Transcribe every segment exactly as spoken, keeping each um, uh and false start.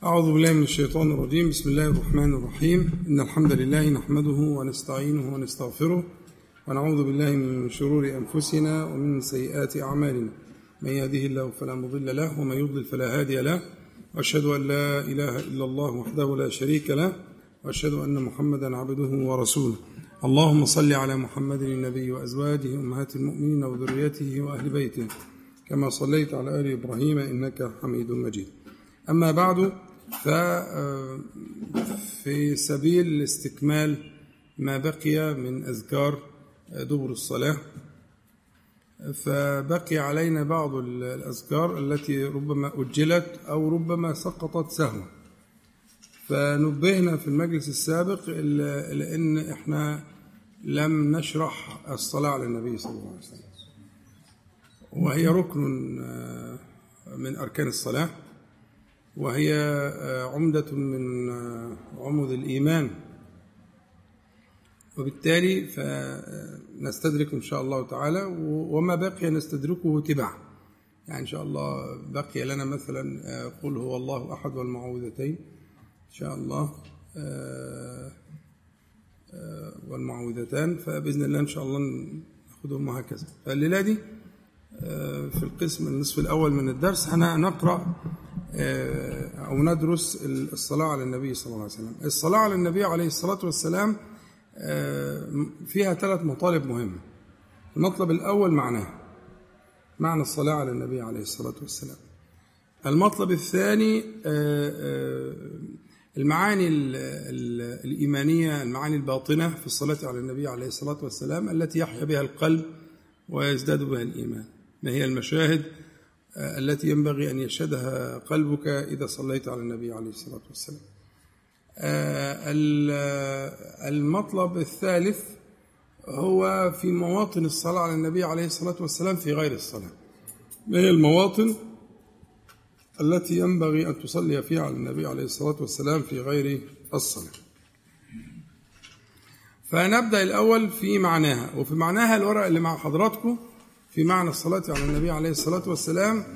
أعوذ بالله من الشيطان الرجيم. بسم الله الرحمن الرحيم. إن الحمد لله نحمده ونستعينه ونستغفره ونعوذ بالله من شرور أنفسنا ومن سيئات أعمالنا. من يهده الله فلا مضل له ومن يضلل فلا هادي له، وأشهد أن لا إله إلا الله وحده لا شريك له، وأشهد أن محمدا عبده ورسوله. اللهم صل على محمد النبي وأزواجه أمهات المؤمنين وذريته وأهل بيته كما صليت على آل إبراهيم إنك حميد مجيد. أما بعد، ففي سبيل استكمال ما بقي من أذكار دبر الصلاة، فبقي علينا بعض الأذكار التي ربما أجلت أو ربما سقطت سهوا. فنبهنا في المجلس السابق لأن إحنا لم نشرح الصلاة على النبي صلى الله عليه وسلم، وهي ركن من أركان الصلاة، وهي عمدة من عمود الإيمان، وبالتالي فنستدرك إن شاء الله تعالى، وما بقي نستدركه تبعا. يعني إن شاء الله بقي لنا مثلا قل هو الله أحد والمعوذتين إن شاء الله والمعوذتان، فبإذن الله إن شاء الله نأخذهم هكذا. فالليلة دي في القسم النصف الأول من الدرس هنقرأ أو ندرس الصلاة على النبي صلى الله عليه وسلم. الصلاة على النبي عليه الصلاة والسلام فيها ثلاث مطالب مهمة. المطلب الأول معناه معنى الصلاة على النبي عليه الصلاة والسلام. المطلب الثاني المعاني الإيمانية، المعاني الباطنة في الصلاة على النبي عليه الصلاة والسلام التي يحيا بها القلب ويزداد بها الإيمان. ما هي المشاهد التي ينبغي أن يشهدها قلبك إذا صليت على النبي عليه الصلاة والسلام. المطلب الثالث هو في مواطن الصلاة على النبي عليه الصلاة والسلام في غير الصلاة. ما هي المواطن التي ينبغي أن تصلي فيها على النبي عليه الصلاة والسلام في غير الصلاة؟ فنبدأ الأول في معناها. وفي معناها الورق اللي مع حضراتكم في معنى الصلاة على النبي عليه الصلاة والسلام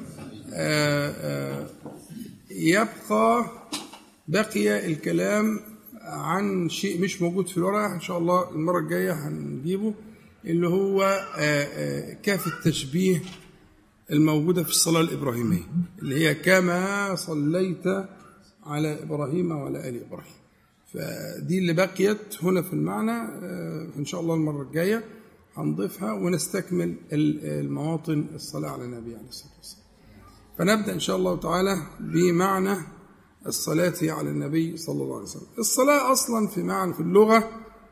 يبقى بقي الكلام عن شيء مش موجود في الورق، إن شاء الله المرة الجاية هنجيبه، اللي هو كاف التشبيه الموجودة في الصلاة الإبراهيمية، اللي هي كما صليت على إبراهيم وعلى آل إبراهيم. فدي اللي بقيت هنا في المعنى، إن شاء الله المرة الجاية هنضيفها ونستكمل المواطن الصلاة على النبي عليه الصلاة والسلام. فنبدأ إن شاء الله تعالى بمعنى الصلاة على النبي صلى الله عليه وسلم. الصلاة أصلا في معنى في اللغة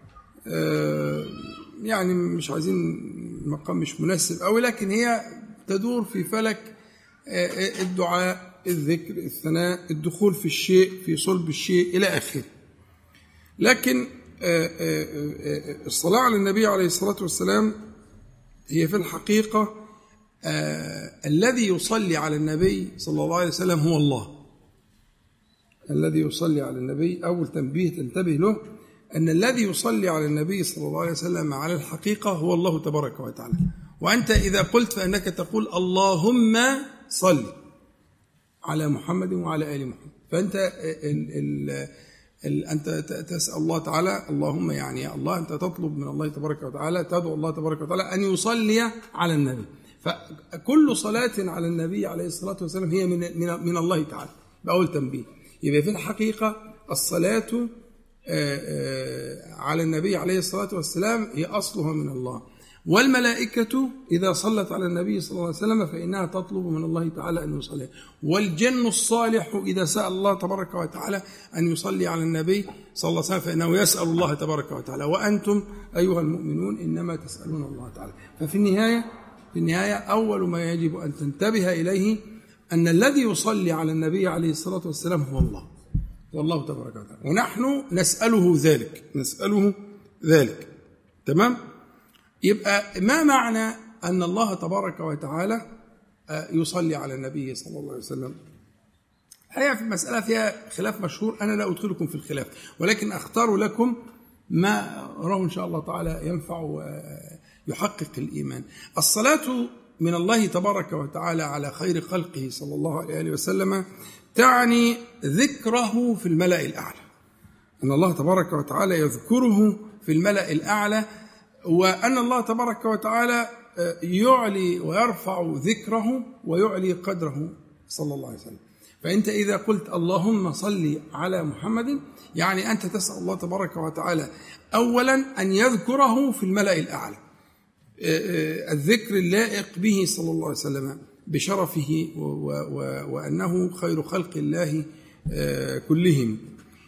يعني مش عايزين مقام مش مناسب أوي، لكن هي تدور في فلك الدعاء، الذكر، الثناء، الدخول في الشيء، في صلب الشيء إلى آخره. لكن الصلاة على النبي عليه الصلاة والسلام هي في الحقيقة الذي يصلي على النبي صلى الله عليه وسلم هو الله. الذي يصلي على النبي، أول تنبيه تنتبه له، أن الذي يصلي على النبي صلى الله عليه وسلم على الحقيقة هو الله تبارك وتعالى. وأنت إذا قلت فإنك تقول اللهم صل على محمد وعلى آل محمد. فأنت ال ال أنت تسأل الله تعالى، اللهم يعني يا الله، أنت تطلب من الله تبارك وتعالى، تدعو الله تبارك وتعالى أن يصلي على النبي. فكل صلاة على النبي عليه الصلاة والسلام هي من من, من الله تعالى. بأول تنبيه، يبقى في الحقيقة الصلاة على النبي عليه الصلاة والسلام هي أصلها من الله. والملائكة إذا صلت على النبي صلى الله عليه وسلم فإنها تطلب من الله تعالى أن يصلي. والجن الصالح إذا سأل الله تبارك وتعالى أن يصلي على النبي صلى الله عليه وسلم فإنه يسأل الله تبارك وتعالى. وأنتم أيها المؤمنون إنما تسألون الله تعالى. ففي النهاية في النهاية أول ما يجب أن تنتبه إليه أن الذي يصلي على النبي عليه الصلاة والسلام هو الله، والله تبارك وتعالى، ونحن نسأله ذلك نسأله ذلك تمام؟ يبقى ما معنى أن الله تبارك وتعالى يصلي على النبي صلى الله عليه وسلم؟ الحقيقة في المسألة فيها خلاف مشهور، أنا لا أدخلكم في الخلاف، ولكن أختار لكم ما أراه إن شاء الله تعالى ينفع ويحقق الإيمان. الصلاة من الله تبارك وتعالى على خير خلقه صلى الله عليه وسلم تعني ذكره في الملأ الأعلى، أن الله تبارك وتعالى يذكره في الملأ الأعلى، وأن الله تبارك وتعالى يعلي ويرفع ذكره ويعلي قدره صلى الله عليه وسلم. فأنت إذا قلت اللهم صل على محمد يعني أنت تسأل الله تبارك وتعالى أولا أن يذكره في الملأ الأعلى، الذكر اللائق به صلى الله عليه وسلم بشرفه وأنه خير خلق الله كلهم.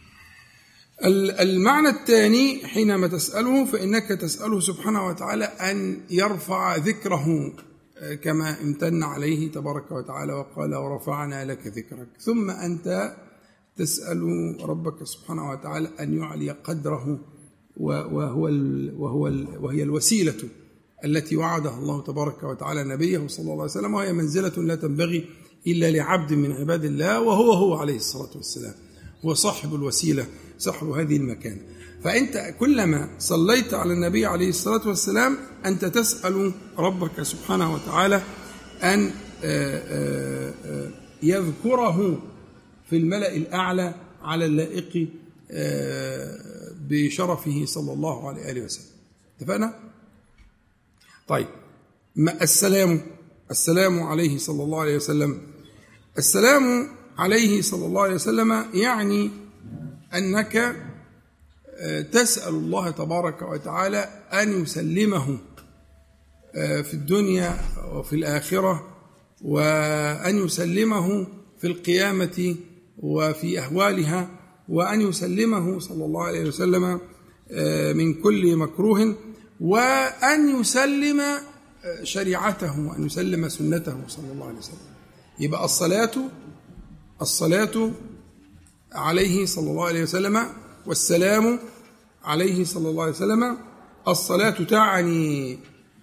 المعنى الثاني حينما تسأله فإنك تسأله سبحانه وتعالى أن يرفع ذكره كما امتن عليه تبارك وتعالى وقال ورفعنا لك ذكرك. ثم أنت تسأل ربك سبحانه وتعالى أن يعلي قدره وهو وهو وهي الوسيلة التي وعدها الله تبارك وتعالى نبيه صلى الله عليه وسلم، وهي منزلة لا تنبغي إلا لعبد من عباد الله، وهو هو عليه الصلاة والسلام هو صاحب الوسيلة صاحب هذه المكان. فأنت كلما صليت على النبي عليه الصلاة والسلام أنت تسأل ربك سبحانه وتعالى أن يذكره في الملأ الأعلى على اللائق بشرفه صلى الله عليه وسلم. اتفقنا؟ طيب، السلام السلام عليه صلى الله عليه وسلم. السلام عليه صلى الله عليه وسلم يعني أنك تسأل الله تبارك وتعالى أن يسلمه في الدنيا وفي الآخرة، وأن يسلمه في القيامة وفي أهوالها، وأن يسلمه صلى الله عليه وسلم من كل مكروه، وأن يسلم شريعته وأن يسلم سنته صلى الله عليه وسلم. يبقى الصلاة الصلاة عليه صلى الله عليه وسلم والسلام عليه صلى الله عليه وسلم. الصلاة تعني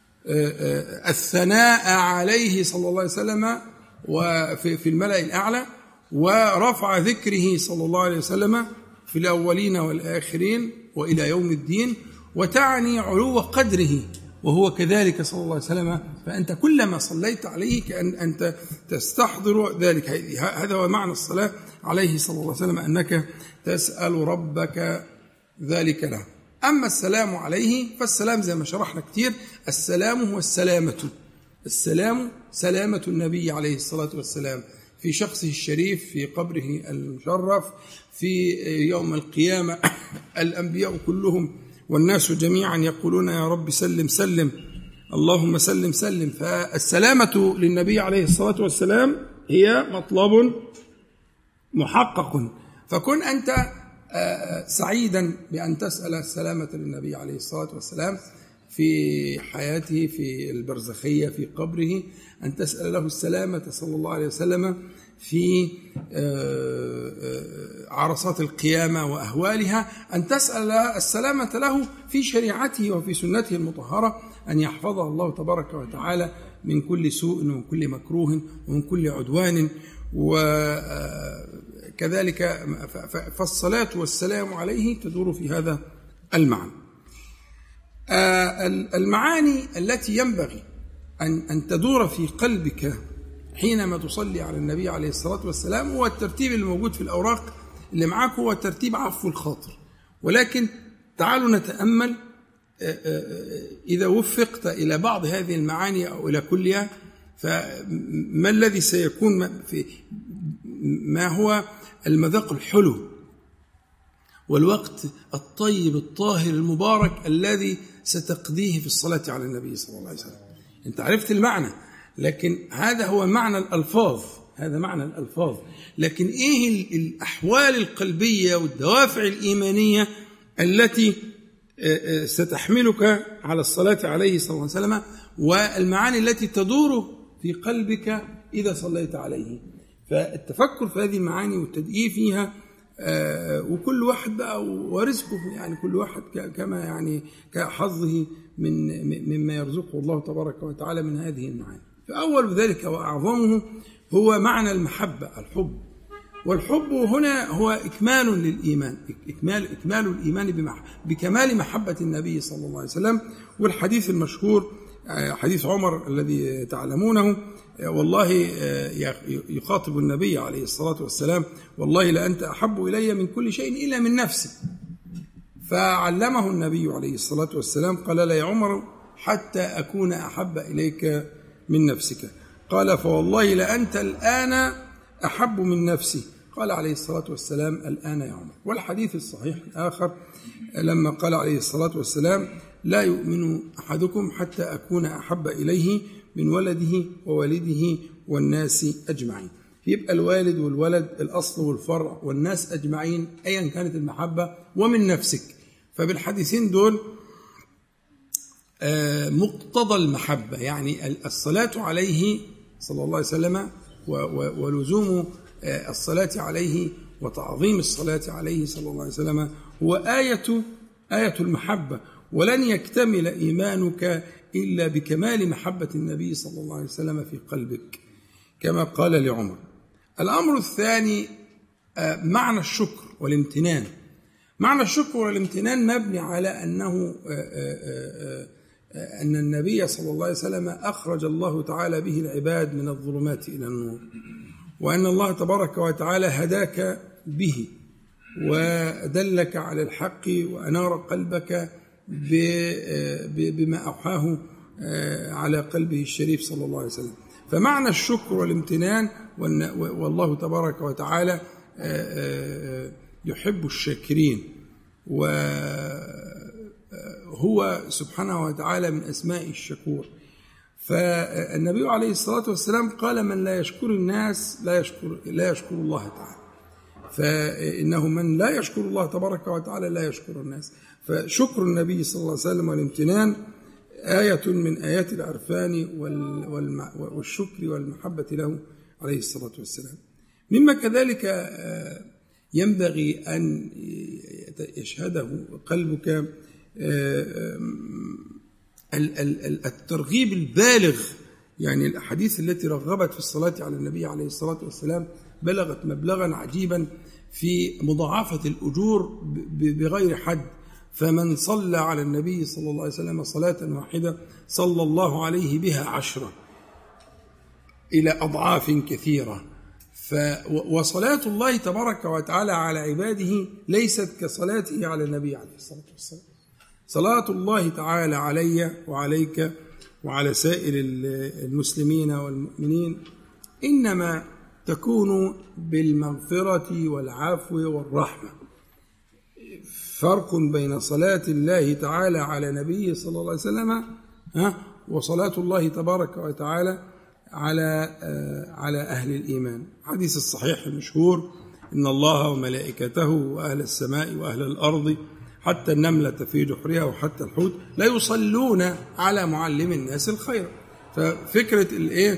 الثناء عليه صلى الله عليه وسلم وفي الملأ الأعلى، ورفع ذكره صلى الله عليه وسلم في الأولين والآخرين وإلى يوم الدين، وتعني علو قدره وهو كذلك صلى الله عليه وسلم. فأنت كلما صليت عليه كأن أنت تستحضر ذلك. هذا هو معنى الصلاة عليه صلى الله عليه وسلم، أنك تسأل ربك ذلك له. أما السلام عليه فالسلام زي ما شرحنا كتير، السلام هو السلامة. السلام سلامة النبي عليه الصلاة والسلام في شخصه الشريف، في قبره المشرف، في يوم القيامة الأنبياء كلهم والناس جميعا يقولون يا رب سلم سلم اللهم سلم سلم. فالسلامة للنبي عليه الصلاة والسلام هي مطلب محقق، فكن أنت سعيدا بأن تسأل السلامة للنبي عليه الصلاة والسلام في حياته في البرزخية في قبره، أن تسأل له السلامة صلى الله عليه وسلم في عرصات القيامة وأهوالها، أن تسأل السلامة له في شريعته وفي سنته المطهرة، أن يحفظها الله تبارك وتعالى من كل سوء ومن كل مكروه ومن كل عدوان. وكذلك فالصلاة والسلام عليه تدور في هذا المعنى. المعاني التي ينبغي أن تدور في قلبك حينما تصلي على النبي عليه الصلاة والسلام هو الترتيب الموجود في الأوراق اللي معاك، هو ترتيب عفو الخاطر. ولكن تعالوا نتأمل إذا وفقت إلى بعض هذه المعاني أو إلى كلها، فما الذي سيكون في ما هو المذاق الحلو والوقت الطيب الطاهر المبارك الذي ستقضيه في الصلاة على النبي صلى الله عليه وسلم. أنت عرفت المعنى، لكن هذا هو معنى الألفاظ، هذا معنى الألفاظ. لكن إيه الأحوال القلبية والدوافع الإيمانية التي ستحملك على الصلاة عليه صلى الله عليه وسلم، والمعاني التي تدور في قلبك إذا صليت عليه. فالتفكر في هذه المعاني والتدقيق فيها، وكل واحد بقى ورزقه، يعني كل واحد كما يعني كحظه من مما يرزقه الله تبارك وتعالى من هذه المعاني. فأول ذلك وأعظمه هو معنى المحبة، الحب. والحب هنا هو إكمال للإيمان، إكمال إكمال الإيمان بكمال محبة النبي صلى الله عليه وسلم. والحديث المشهور حديث عمر الذي تعلمونه، والله يخاطب النبي عليه الصلاة والسلام: والله لأنت أحب إلي من كل شيء إلا من نفسي. فعلمه النبي عليه الصلاة والسلام قال: لا يا عمر حتى أكون أحب إليك من نفسك. قال: فوالله لأنت الآن أحب من نفسي. قال عليه الصلاة والسلام: الآن يا عمر. والحديث الصحيح الآخر لما قال عليه الصلاة والسلام: لا يؤمن أحدكم حتى أكون أحب إليه من ولده ووالده والناس أجمعين. يبقى الوالد والولد الأصل والفرع والناس أجمعين أيا كانت المحبة، ومن نفسك. فبالحديثين دول مقتضى المحبة، يعني الصلاة عليه صلى الله عليه وسلم ولزوم الصلاة عليه وتعظيم الصلاة عليه صلى الله عليه وسلم هو آية آية المحبة. ولن يكتمل إيمانك إلا بكمال محبة النبي صلى الله عليه وسلم في قلبك، كما قال لعمر. الأمر الثاني معنى الشكر والامتنان. معنى الشكر والامتنان مبني على أنه أن النبي صلى الله عليه وسلم أخرج الله تعالى به العباد من الظلمات إلى النور، وأن الله تبارك وتعالى هداك به ودلك على الحق وأنار قلبك بما أوحاه على قلبه الشريف صلى الله عليه وسلم. فمعنى الشكر والامتنان، والله تبارك وتعالى يحب الشاكرين، وهو سبحانه وتعالى من أسماء الشكور. فالنبي عليه الصلاة والسلام قال: من لا يشكر الناس لا يشكر, لا يشكر الله تعالى. فإنه من لا يشكر الله تبارك وتعالى لا يشكر الناس. فشكر النبي صلى الله عليه وسلم والامتنان آية من آيات العرفان والشكر والمحبة له عليه الصلاة والسلام. مما كذلك ينبغي أن يشهده قلبك الترغيب البالغ، يعني الأحاديث التي رغبت في الصلاة على النبي عليه الصلاة والسلام بلغت مبلغا عجيبا في مضاعفة الأجور بغير حد. فمن صلى على النبي صلى الله عليه وسلم صلاة واحدة صلى الله عليه بها عشرة إلى أضعاف كثيرة. وصلاة الله تبارك وتعالى على عباده ليست كصلاته على النبي عليه الصلاة والسلام. صلاة الله تعالى علي وعليك وعلى سائر المسلمين والمؤمنين إنما تكون بالمغفرة والعفو والرحمة. فرق بين صلاة الله تعالى على نبيه صلى الله عليه وسلم وصلاة الله تبارك وتعالى على على أهل الإيمان. حديث الصحيح المشهور: إن الله وملائكته وأهل السماء وأهل الأرض حتى النملة في جحرها وحتى الحوت لا يصلون على معلم الناس الخير. ففكرة الإيه؟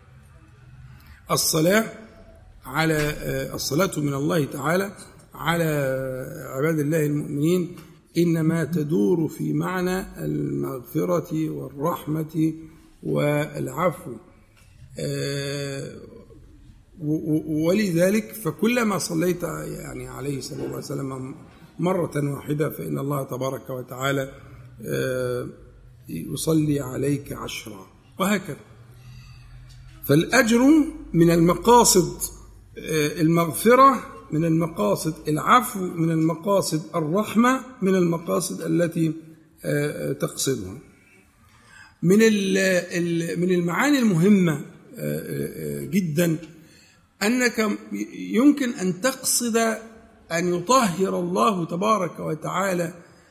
الصلاة على الصلاة من الله تعالى على عباد الله المؤمنين إنما تدور في معنى المغفرة والرحمة والعفو. ولذلك فكلما صليت يعني عليه صلى الله عليه وسلم مرة واحدة فإن الله تبارك وتعالى يصلي عليك عشرا، وهكذا. فالأجر من المقاصد المغفرة، من المقاصد العفو، من المقاصد الرحمة، من المقاصد التي تقصدها. من من المعاني المهمة جدا أنك يمكن أن تقصد أن يطهر الله تبارك وتعالى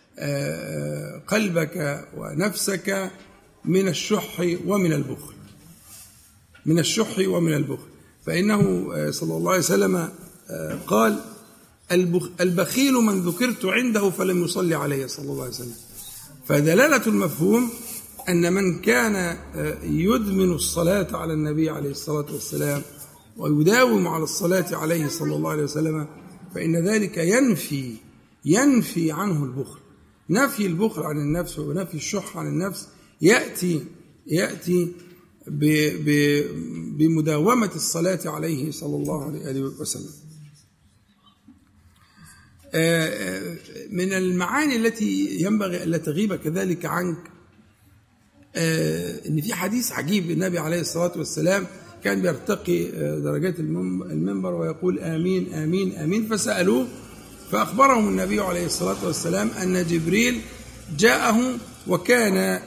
قلبك ونفسك من الشح ومن البخل، من الشح ومن البخل. فإنه صلى الله عليه وسلم قال: البخيل من ذكرت عنده فلم يصلي عليه صلى الله عليه وسلم. فدلالة المفهوم أن من كان يدمن الصلاة على النبي عليه الصلاة والسلام ويداوم على الصلاة عليه صلى الله عليه وسلم فإن ذلك ينفي ينفي عنه البخل. نفي البخل عن النفس ونفي الشح عن النفس يأتي يأتي بمداومة الصلاة عليه صلى الله عليه وسلم. من المعاني التي ينبغي ألا تغيب كذلك عنك آه إن في حديث عجيب للنبي عليه الصلاة والسلام كان بيرتقي درجات المنبر ويقول آمين آمين آمين، فسألوه فأخبرهم النبي عليه الصلاة والسلام أن جبريل جاءه وكان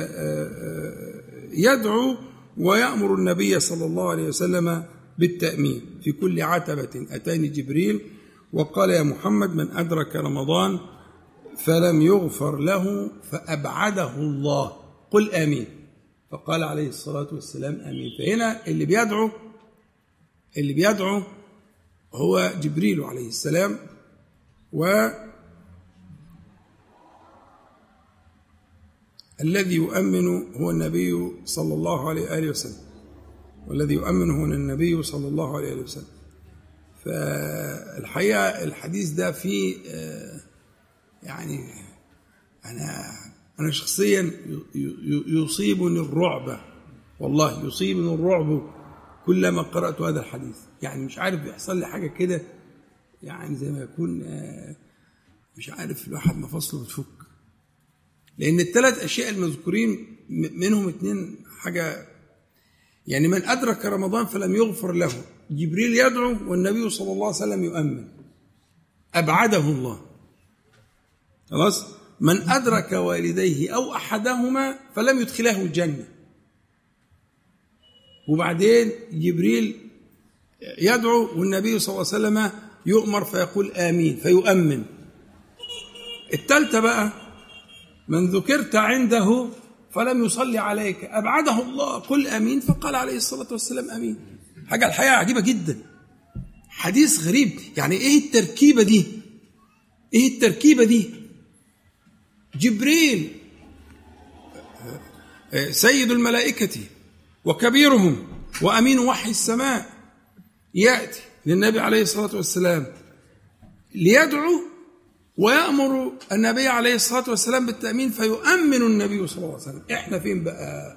يدعو ويأمر النبي صلى الله عليه وسلم بالتأمين في كل عتبة. أتاني جبريل وقال يا محمد من أدرك رمضان فلم يغفر له فأبعده الله قل آمين، فقال عليه الصلاة والسلام آمين. فهنا اللي بيدعو اللي بيدعو هو جبريل عليه السلام، والذي يؤمن هو النبي صلى الله عليه وآله وسلم والذي يؤمن هو النبي صلى الله عليه وآله وسلم. فالحقيقة الحديث ده فيه يعني أنا أنا شخصيا يصيبني الرعب، والله يصيبني الرعب كلما قرأت هذا الحديث. يعني مش عارف بيحصل لي حاجة كده، يعني زي ما يكون مش عارف الواحد مفاصله بتفك، لأن الثلاث أشياء المذكورين منهم اثنين حاجة. يعني من أدرك رمضان فلم يغفر له، جبريل يدعو والنبي صلى الله عليه وسلم يؤمن، أبعده الله. خلاص. من أدرك والديه أو أحدهما فلم يدخله الجنة، وبعدين جبريل يدعو والنبي صلى الله عليه وسلم يؤمر فيقول آمين فيؤمن. الثالثة بقى من ذكرت عنده فلم يصلي عليك أبعده الله قل آمين فقال عليه الصلاة والسلام آمين. حاجة الحقيقة عجيبة جدا، حديث غريب. يعني إيه التركيبة دي؟ إيه التركيبة دي؟ جبريل سيد الملائكة وكبيرهم وأمين وحي السماء يأتي للنبي عليه الصلاة والسلام ليدعو ويأمر النبي عليه الصلاة والسلام بالتأمين فيؤمن النبي صلى الله عليه وسلم. إحنا فين بقى؟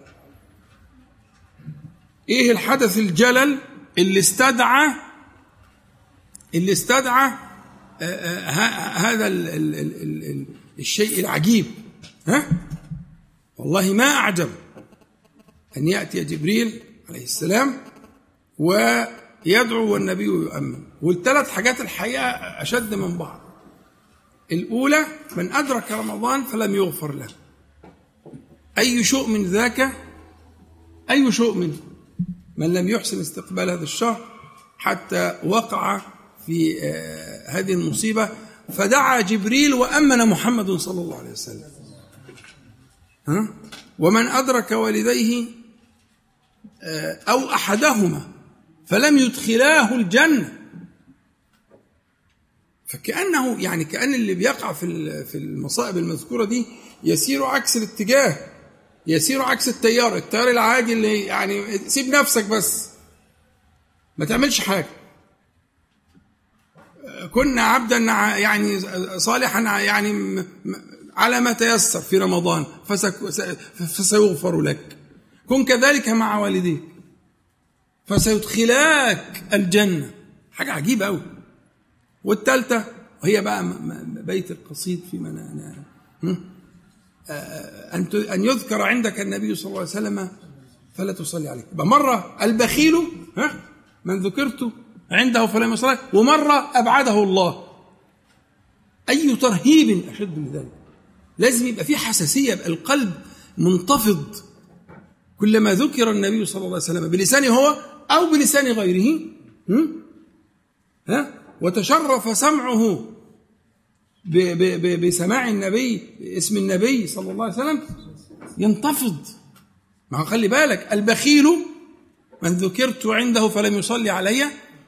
إيه الحدث الجلل اللي استدعى اللي استدعى هذا ال ال ال ال الشيء العجيب؟ ها؟ والله ما أعجب أن يأتي جبريل عليه السلام ويدعو والنبي يؤمن. والثلاث حاجات الحقيقة أشد من بعض. الأولى من أدرك رمضان فلم يغفر له، أي شؤم من ذاك، أي شؤم من من لم يحسن استقبال هذا الشهر حتى وقع في هذه المصيبة، فدعا جبريل وأمن محمد صلى الله عليه وسلم. ها؟ ومن أدرك والديه أو أحدهما فلم يدخلاه الجنة، فكأنه يعني كأن اللي بيقع في في المصائب المذكورة دي يسير عكس الاتجاه، يسير عكس التيار التيار العادي اللي يعني سيب نفسك بس ما تعملش حاجة. كنا عبدا يعني صالحا يعني على ما تيسر في رمضان فسيغفر لك، كن كذلك مع والديك فسيدخلاك الجنة. حاجة عجيبة أوي. والثالثة وهي بقى بيت القصيد في منانا أن يذكر عندك النبي صلى الله عليه وسلم فلا تصلي عليه. مرة البخيل ها من ذكرت عنده فلم يصلي، ومرة أبعده الله. أي ترهيب أشد من ذلك؟ لازم يبقى في حساسية، يبقى القلب منتفض كلما ذكر النبي صلى الله عليه وسلم بلسانه هو أو بلسان غيره، ها وتشرف سمعه بسماع النبي اسم النبي صلى الله عليه وسلم ينتفض. ما خلي بالك البخيل من ذكرت عنده فلم يصلي علي،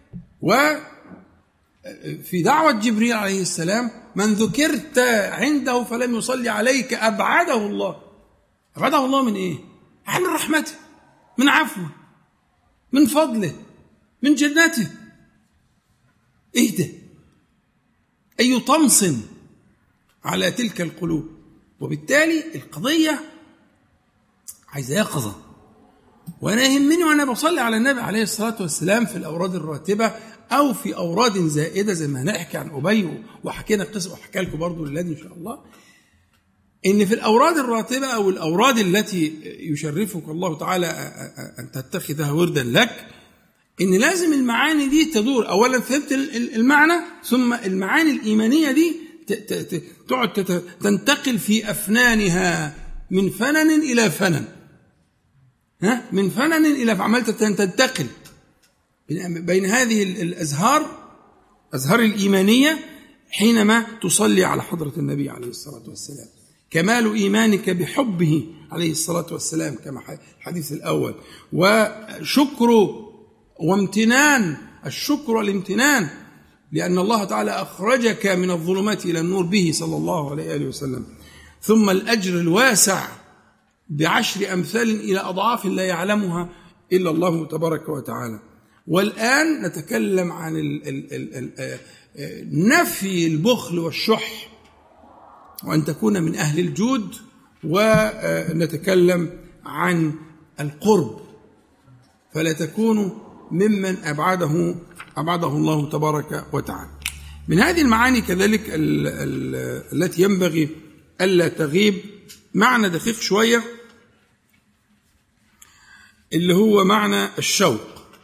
وفي دعوة جبريل عليه السلام من ذكرت عنده فلم يصلي عليك أبعده الله. أبعده الله من إيه؟ من رحمته، من عفوه، من فضله، من جنته. إيه ده؟ أي طمس على تلك القلوب. وبالتالي القضية عايزة يقظة. وأنا يهمني وأنا بصلي على النبي عليه الصلاة والسلام في الأوراد الراتبة أو في أوراد زائدة زي ما هنحكي عن أبي وحكينا قصة وحكى لكم برضو للذي إن شاء الله، إن في الأوراد الراتبة أو الأوراد التي يشرفك الله تعالى أن تتخذها وردا لك، إن لازم المعاني دي تدور. أولا فهمت المعنى، ثم المعاني الإيمانية دي تقعد تنتقل في أفنانها من فنن إلى فنن، ها من فنن إلى عملت تنتقل بين هذه الأزهار، أزهار الإيمانية، حينما تصلي على حضرة النبي عليه الصلاة والسلام. كمال إيمانك بحبه عليه الصلاة والسلام كما الحديث الأول، وشكر وامتنان، الشكر والامتنان لأن الله تعالى أخرجك من الظلمات إلى النور به صلى الله عليه وسلم. ثم الأجر الواسع بعشر أمثال إلى أضعاف لا يعلمها إلا الله تبارك وتعالى. والآن نتكلم عن ال ال ال ال نفي البخل والشح، وأن تكون من أهل الجود، ونتكلم عن القرب فلا تكونوا ممن أبعده أبعده الله تبارك وتعالى. من هذه المعاني كذلك ال ال التي ينبغي ألا تغيب معنى دقيق شوية، اللي هو معنى الشوق.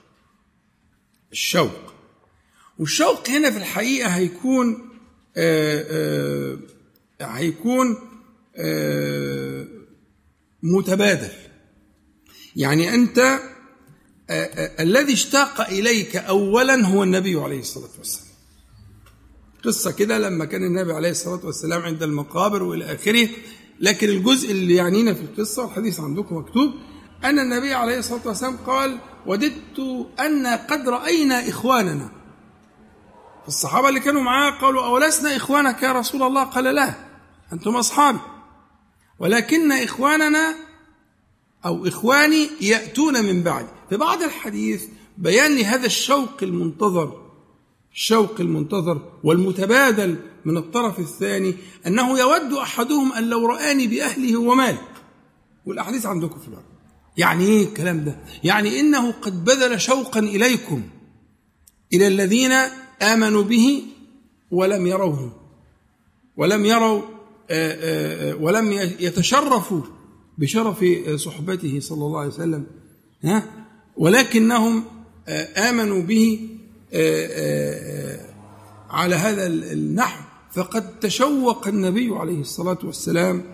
الشوق والشوق هنا في الحقيقة هيكون آآ آآ هيكون آآ متبادل. يعني أنت آآ آآ الذي اشتاق إليك أولا هو النبي عليه الصلاة والسلام. قصة كده لما كان النبي عليه الصلاة والسلام عند المقابر وإلى آخره، لكن الجزء اللي يعنينا في القصة والحديث عندكم مكتوب أن النبي عليه الصلاة والسلام قال: وددت أن قد رأينا إخواننا. الصحابة اللي كانوا معاه قالوا: أولسنا إخوانك يا رسول الله؟ قال: لا، أنتم أصحابي، ولكن إخواننا أو إخواني يأتون من بعد. في بعض الحديث بيان لهذا الشوق المنتظر، الشوق المنتظر والمتبادل من الطرف الثاني، أنه يود أحدهم أن لو رآني بأهله وماله. والأحاديث عندكم في الأرض. يعني إيه الكلام ده؟ يعني إنه قد بذل شوقا إليكم، إلى الذين آمنوا به ولم يروه، ولم يروا آآ آآ ولم يتشرفوا بشرف صحبته صلى الله عليه وسلم، ها ولكنهم آمنوا به آآ آآ على هذا النحو، فقد تشوق النبي عليه الصلاة والسلام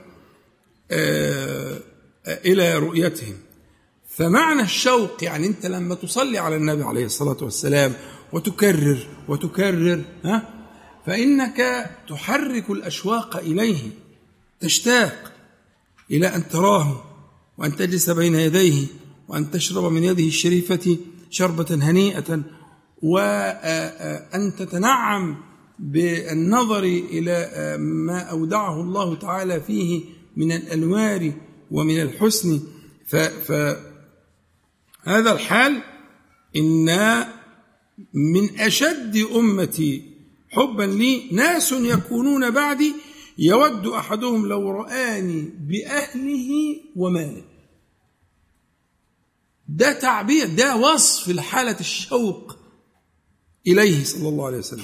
إلى رؤيتهم. فمعنى الشوق يعني أنت لما تصلي على النبي عليه الصلاة والسلام وتكرر وتكرر، ها فإنك تحرك الأشواق إليه، تشتاق إلى أن تراه، وأن تجلس بين يديه، وأن تشرب من يده الشريفة شربة هنيئة، وأن تتنعم بالنظر إلى ما أودعه الله تعالى فيه من الأنوار ومن الحسن. فهذا الحال إن من أشد أمتي حبا لي ناس يكونون بعدي يود أحدهم لو رآني بأهله وماله. ده تعبير، ده وصف لحالة الشوق إليه صلى الله عليه وسلم.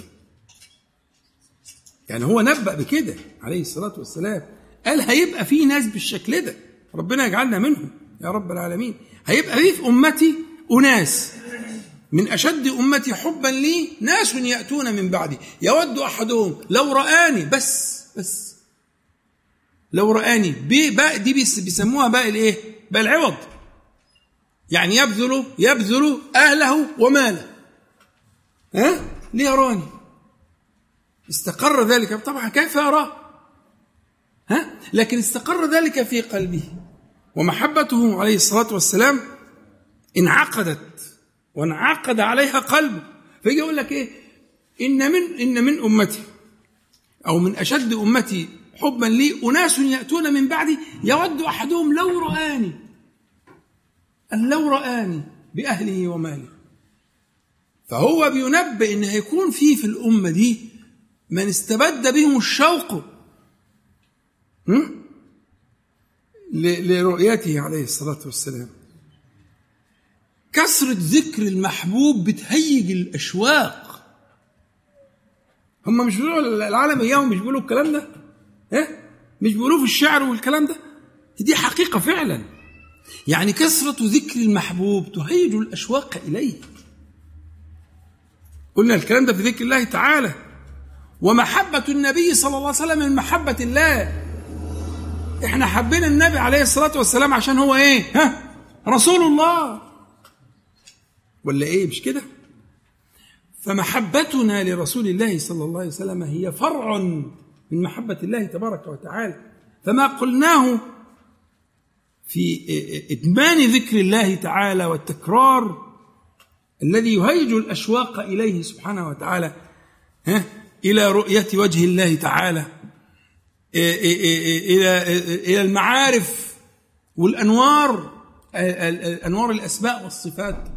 يعني هو نبأ بكده عليه الصلاة والسلام، قال هيبقى فيه ناس بالشكل ده، ربنا يجعلنا منهم يا رب العالمين. هيبقى فيه في أمتي أناس من أشد أمتي حبا لي ناس يأتون من بعدي يود أحدهم لو رآني، بس بس لو رآني بقى دي بيسموها بقى الإيه؟ بقى العوض. يعني يبذل يبذل أهله وماله، ها ليراني. استقر ذلك طبعا، كيف يراه؟ ها لكن استقر ذلك في قلبه، ومحبته عليه الصلاة والسلام انعقدت وانعقد عليها قلبه. فيجي يقول لك ايه؟ ان من ان من امتي او من اشد امتي حبا لي اناس ياتون من بعدي يود احدهم لو رآني، ان لو رآني باهله وماله. فهو بينبئ ان هيكون في في الامه دي من استبد بهم الشوق لرؤيته عليه الصلاة والسلام. كثرة ذكر المحبوب بتهيج الأشواق. هم مش بيقولوا العالم إياهم، مش بيقولوا الكلام ده؟ إيه؟ مش بيقولوه في الشعر والكلام ده، دي حقيقة فعلا. يعني كثرة ذكر المحبوب تهيج الأشواق إليه. قلنا الكلام ده في ذكر الله تعالى. ومحبة النبي صلى الله عليه وسلم من محبة الله. احنا حبينا النبي عليه الصلاة والسلام عشان هو ايه؟ ها؟ رسول الله، ولا ايه؟ مش كده؟ فمحبتنا لرسول الله صلى الله عليه وسلم هي فرع من محبة الله تبارك وتعالى. فما قلناه في إدمان ذكر الله تعالى والتكرار الذي يهيج الأشواق إليه سبحانه وتعالى، ها؟ إلى رؤية وجه الله تعالى، إلى إلى المعارف والأنوار، أنوار الأسماء والصفات.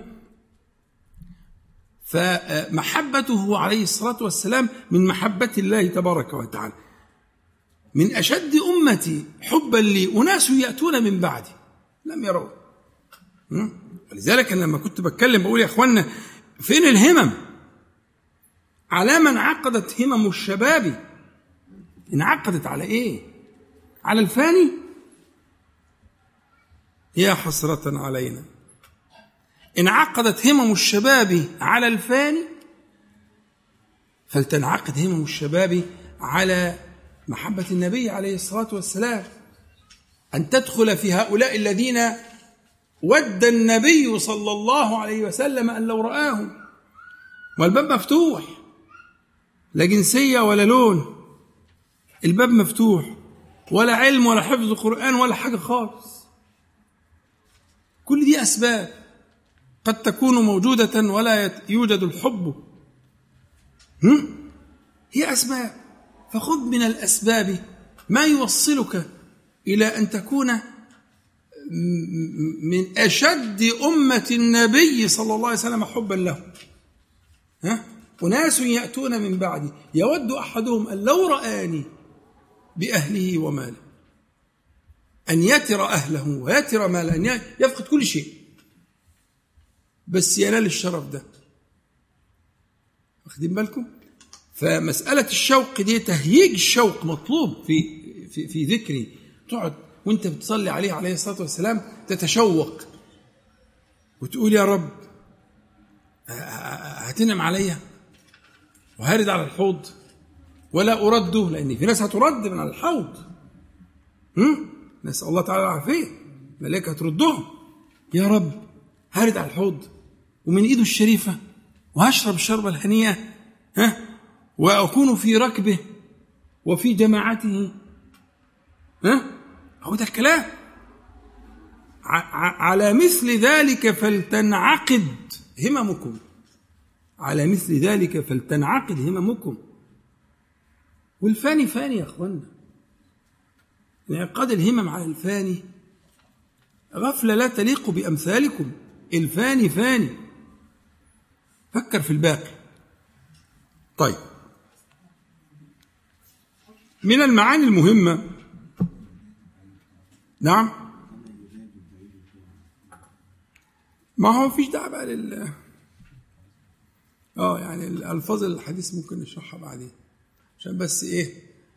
فمحبته عليه الصلاة والسلام من محبة الله تبارك وتعالى. من أشد أمتي حبا لي أناس يأتون من بعدي لم يروا. ولذلك لما كنت بتكلم بقول يا أخوانا فين الهمم؟ على من عقدت همم الشباب؟ انعقدت على إيه؟ على الفاني؟ يا حسرة علينا. انعقدت همم الشباب على الفاني، فلتنعقد همم الشباب على محبة النبي عليه الصلاة والسلام، أن تدخل في هؤلاء الذين ود النبي صلى الله عليه وسلم أن لو رآهم. والباب مفتوح، لا جنسية ولا لون، الباب مفتوح، ولا علم ولا حفظ قرآن ولا حاجة خالص. كل دي أسباب قد تكون موجودة ولا يوجد الحب، هم؟ هي أسباب. فخذ من الأسباب ما يوصلك إلى أن تكون من أشد أمة النبي صلى الله عليه وسلم حبا له. ها؟ أناس يأتون من بعدي يود أحدهم أن لو رآني بأهله وماله، أن يتر أهله ويتر ماله، أن يفقد كل شيء بس ينال الشرف ده. واخدين بالكم؟ فمسألة الشوق دي تهييج الشوق مطلوب في في في ذكري. تقعد وانت بتصلي عليه عليه الصلاة والسلام تتشوق وتقول يا رب هتنعم عليا وهارد على الحوض ولا أرده، لأن في ناس هترد من على الحوض. هم؟ نسأل الله تعالى العافية، ملائكة هتردهم. يا رب هارد على الحوض ومن إيده الشريفة وهشرب الشربة الهنية، ها؟ وأكون في ركبه وفي جماعته. ها؟ هو ده الكلام. على مثل ذلك فلتنعقد هممكم، على مثل ذلك فلتنعقد هممكم. والفاني فاني يا أخوانا. انعقاد الهمم على الفاني غفلة لا تليق بأمثالكم. الفاني فاني، فكر في الباقي. طيب، من المعاني المهمة، نعم، ما هو فيش داعي بقى لل اه يعني الألفاظ الحديث ممكن نشرحها بعدين، عشان بس ايه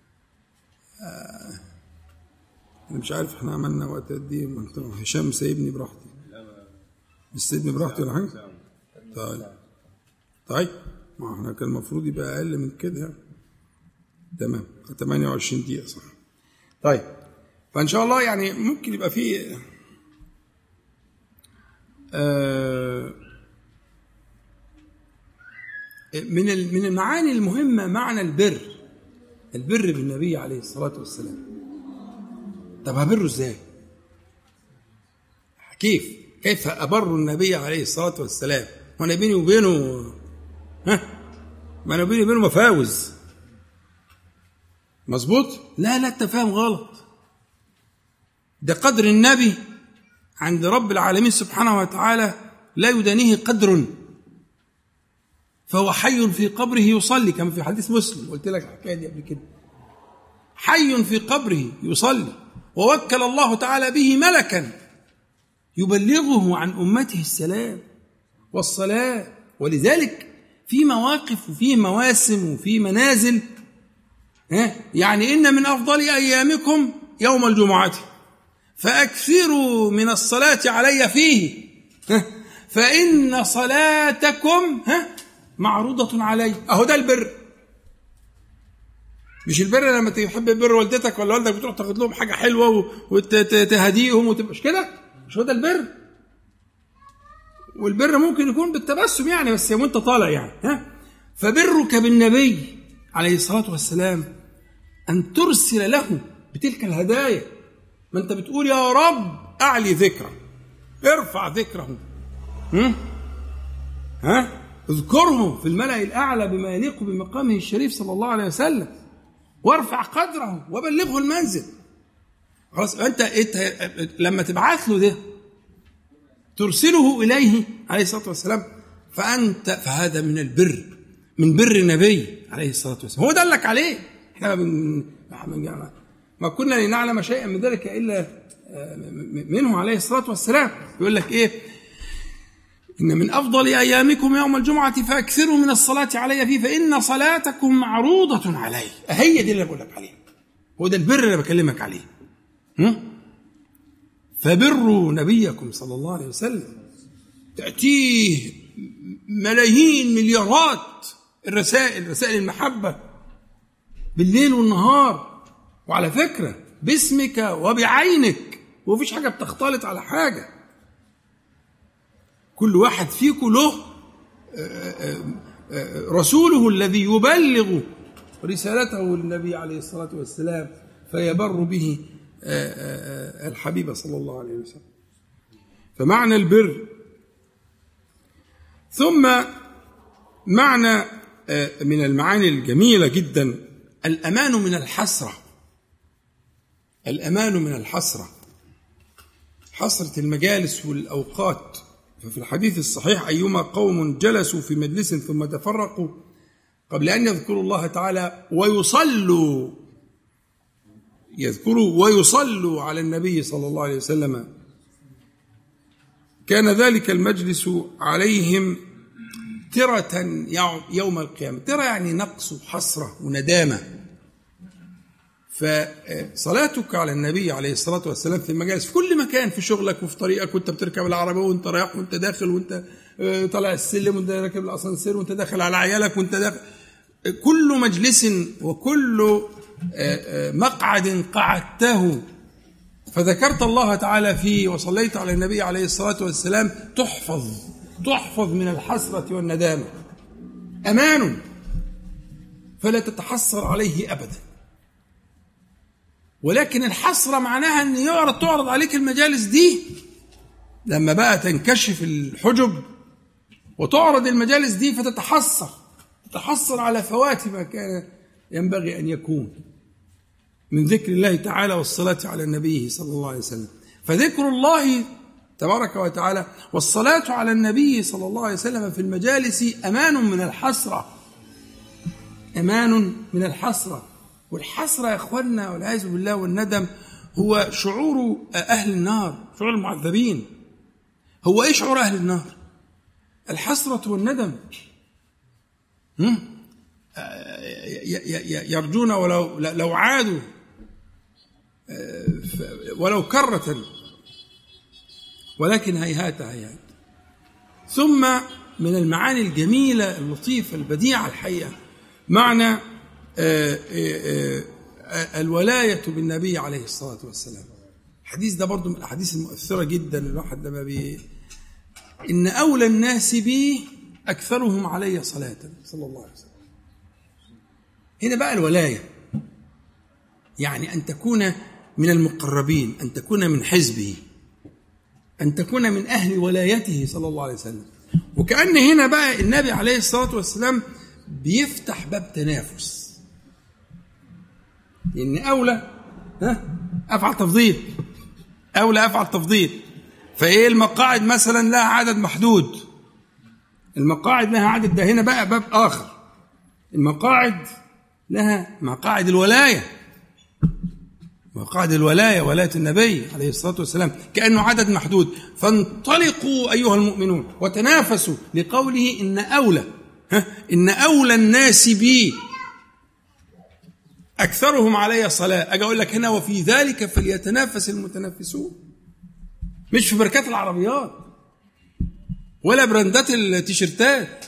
آه انا مش عارف احنا عملنا وقت قد ايه. هشام سايبني براحتي، مش سايبني براحتي ولا حاجه. طيب طيب ما احنا كان المفروض يبقى اقل من كده. تمام، ثمانية وعشرين دقيقه صح. طيب، فان شاء الله يعني ممكن يبقى في آه من من المعاني المهمه معنى البر، البر بالنبي عليه الصلاه والسلام. طب هبره ازاي؟ كيف كيف أبر النبي عليه الصلاة والسلام وانا بيني وبينه ها ما انا بيني وبينه مفاوز؟ مظبوط؟ لا لا، التفاهم غلط. ده قدر النبي عند رب العالمين سبحانه وتعالى لا يدانيه قدر، فهو حي في قبره يصلي كما في حديث مسلم، قلت لك الحكايه دي قبل كده. حي في قبره يصلي، ووكل الله تعالى به ملكا يبلغه عن أمته السلام والصلاة. ولذلك في مواقف وفي مواسم وفي منازل يعني إن من أفضل أيامكم يوم الجمعة فأكثروا من الصلاة علي فيه فإن صلاتكم معروضة علي. أهو ده البر. مش البر لما تحب بر والدتك ولا والدك بتروح تاخد لهم حاجة حلوة وتهديهم وتبقى مش كده؟ مش هو ده البر؟ والبر ممكن يكون بالتبسم يعني، بس وانت طالع يعني. ها؟ فبرك بالنبي عليه الصلاة والسلام أن ترسل له بتلك الهدايا. ما أنت بتقول يا رب أعلي ذكره، ارفع ذكره، ها ها اذكره في الملأ الأعلى بما يليق بمقامه الشريف صلى الله عليه وسلم، وارفع قدره وبلغه المنزل. خلاص أنت, أنت لما تبعث له ده ترسله إليه عليه الصلاة والسلام، فأنت فهذا من البر، من بر النبي عليه الصلاة والسلام. هو دلك عليه. احنا من ما كنا لنعلم شيئا من ذلك إلا منه عليه الصلاة والسلام. يقول لك إيه؟ إن من أفضل أيامكم يوم الجمعة فأكثروا من الصلاة علي فيه فإن صلاتكم معروضة علي. هي دي اللي بقول لك عليه، هو ده البر اللي بكلمك عليه. فبروا نبيكم صلى الله عليه وسلم تأتيه ملايين مليارات الرسائل، رسائل المحبة بالليل والنهار، وعلى فكرة باسمك وبعينك، ومفيش حاجة بتختلط على حاجة. كل واحد فيكم له رسوله الذي يبلغ رسالته النبي عليه الصلاة والسلام فيبر به الحبيب صلى الله عليه وسلم. فمعنى البر. ثم معنى من المعاني الجميلة جدا الأمان من الحسرة. الأمان من الحسرة، حسرة المجالس والأوقات. ففي الحديث الصحيح أيما قوم جلسوا في مجلس ثم تفرقوا قبل أن يذكروا الله تعالى ويصلوا يذكروا ويصلوا على النبي صلى الله عليه وسلم كان ذلك المجلس عليهم ترة يوم القيامة. ترى يعني نقص وحسرة وندامة. فصلاتك على النبي عليه الصلاة والسلام في المجالس في كل مكان، في شغلك وفي طريقك وانت بتركب العربية وانت رايح وانت داخل وانت طالع السلم وانت راكب الأسانسير وانت داخل على عيالك وانت داخل، كل مجلس وكل مقعد قعدته فذكرت الله تعالى فيه وصليت على النبي عليه الصلاة والسلام تحفظ تحفظ من الحسرة والندامة. أمان فلا تتحسر عليه أبدا. ولكن الحسرة معناها أن يعرض تعرض عليك المجالس دي لما بقى تنكشف الحجب وتعرض المجالس دي فتتحسر تتحسر على فوات ما كان ينبغي أن يكون من ذكر الله تعالى والصلاة على النبي صلى الله عليه وسلم. فذكر الله تبارك وتعالى والصلاة على النبي صلى الله عليه وسلم في المجالس أمان من الحسرة، أمان من الحسرة. والحسرة يا أخوانا والعياذ بالله والندم هو شعور أهل النار، شعور المعذبين. هو إيه شعور أهل النار؟ الحسرة والندم. يرجون ولو لو عادوا ولو كرة، ولكن هيهات هيهات. ثم من المعاني الجميلة اللطيفة البديعة الحقيقة معنى الولاية بالنبي عليه الصلاة والسلام. الحديث ده برضو من الأحاديث المؤثرة جدا. الواحد لما بي إن أولى الناس بي أكثرهم علي صلاة صلى الله عليه وسلم. هنا بقى الولاية يعني أن تكون من المقربين، أن تكون من حزبه، أن تكون من أهل ولايته صلى الله عليه وسلم. وكأن هنا بقى النبي عليه الصلاة والسلام بيفتح باب تنافس. إن أولى ها أفعل تفضيل، أولى أفعل تفضيل. فإيه المقاعد مثلا لها عدد محدود، المقاعد لها عدد، ده هنا بقى باب آخر. المقاعد لها مقاعد الولاية، مقاعد الولاية، ولاية النبي عليه الصلاة والسلام كأنه عدد محدود. فانطلقوا أيها المؤمنون وتنافسوا لقوله إن أولى ها إن أولى الناس بي أكثرهم علي صلاة. أجي أقول لك هنا وفي ذلك فليتنافس المتنافسون، مش في ماركات العربيات ولا براندات التيشيرتات.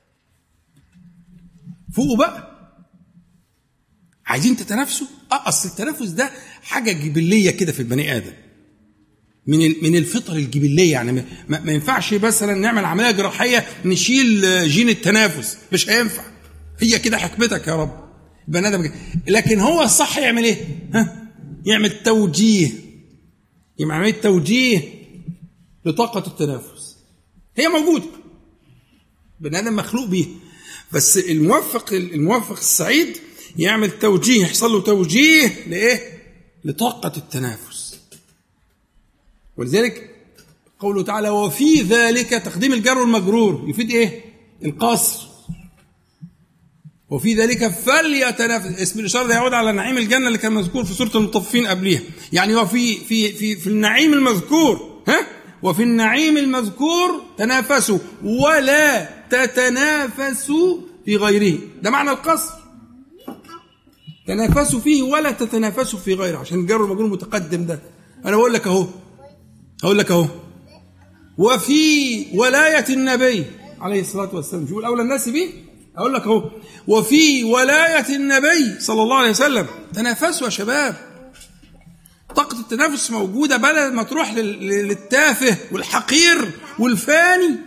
فوقوا بقى، عايزين تتنافسوا؟ اه اصل التنافس ده حاجه جبليه كده في البني ادم، من من الفطر الجبليه. يعني ما, ما ينفعش مثلا نعمل عمليه جراحيه نشيل جين التنافس، مش هينفع. هي كده حكمتك يا رب البني ادم. لكن هو الصح يعمل ايه؟ ها؟ يعمل توجيه، يعمل عمليه توجيه لطاقه التنافس. هي موجوده، بني ادم مخلوق بيها، بس الموفق الموفق السعيد يعمل توجيه، يحصل له توجيه لايه؟ لطاقه التنافس. ولذلك قوله تعالى وفي ذلك، تقديم الجر والمجرور يفيد ايه؟ القصر. وفي ذلك فليتنافس، اسم الاشاره ده يعود على نعيم الجنه اللي كان مذكور في سوره المطففين قبلها. يعني وفي في في في النعيم المذكور، ها؟ وفي النعيم المذكور تنافسوا ولا تتنافسوا في غيره، ده معنى القصر. تنافسوا فيه ولا تتنافسوا في غيره، عشان الجر والمجرور متقدم. ده انا بقول لك اهو، هقول لك اهو وفي ولايه النبي عليه الصلاه والسلام، مش بيقول اولى الناس به؟ اقول لك اهو وفي ولايه النبي صلى الله عليه وسلم تنافسوا يا شباب. طاقه التنافس موجوده، بدل ما تروح للتافه والحقير والفاني،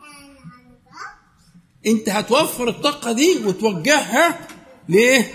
انت هتوفر الطاقه دي وتوجهها ليه؟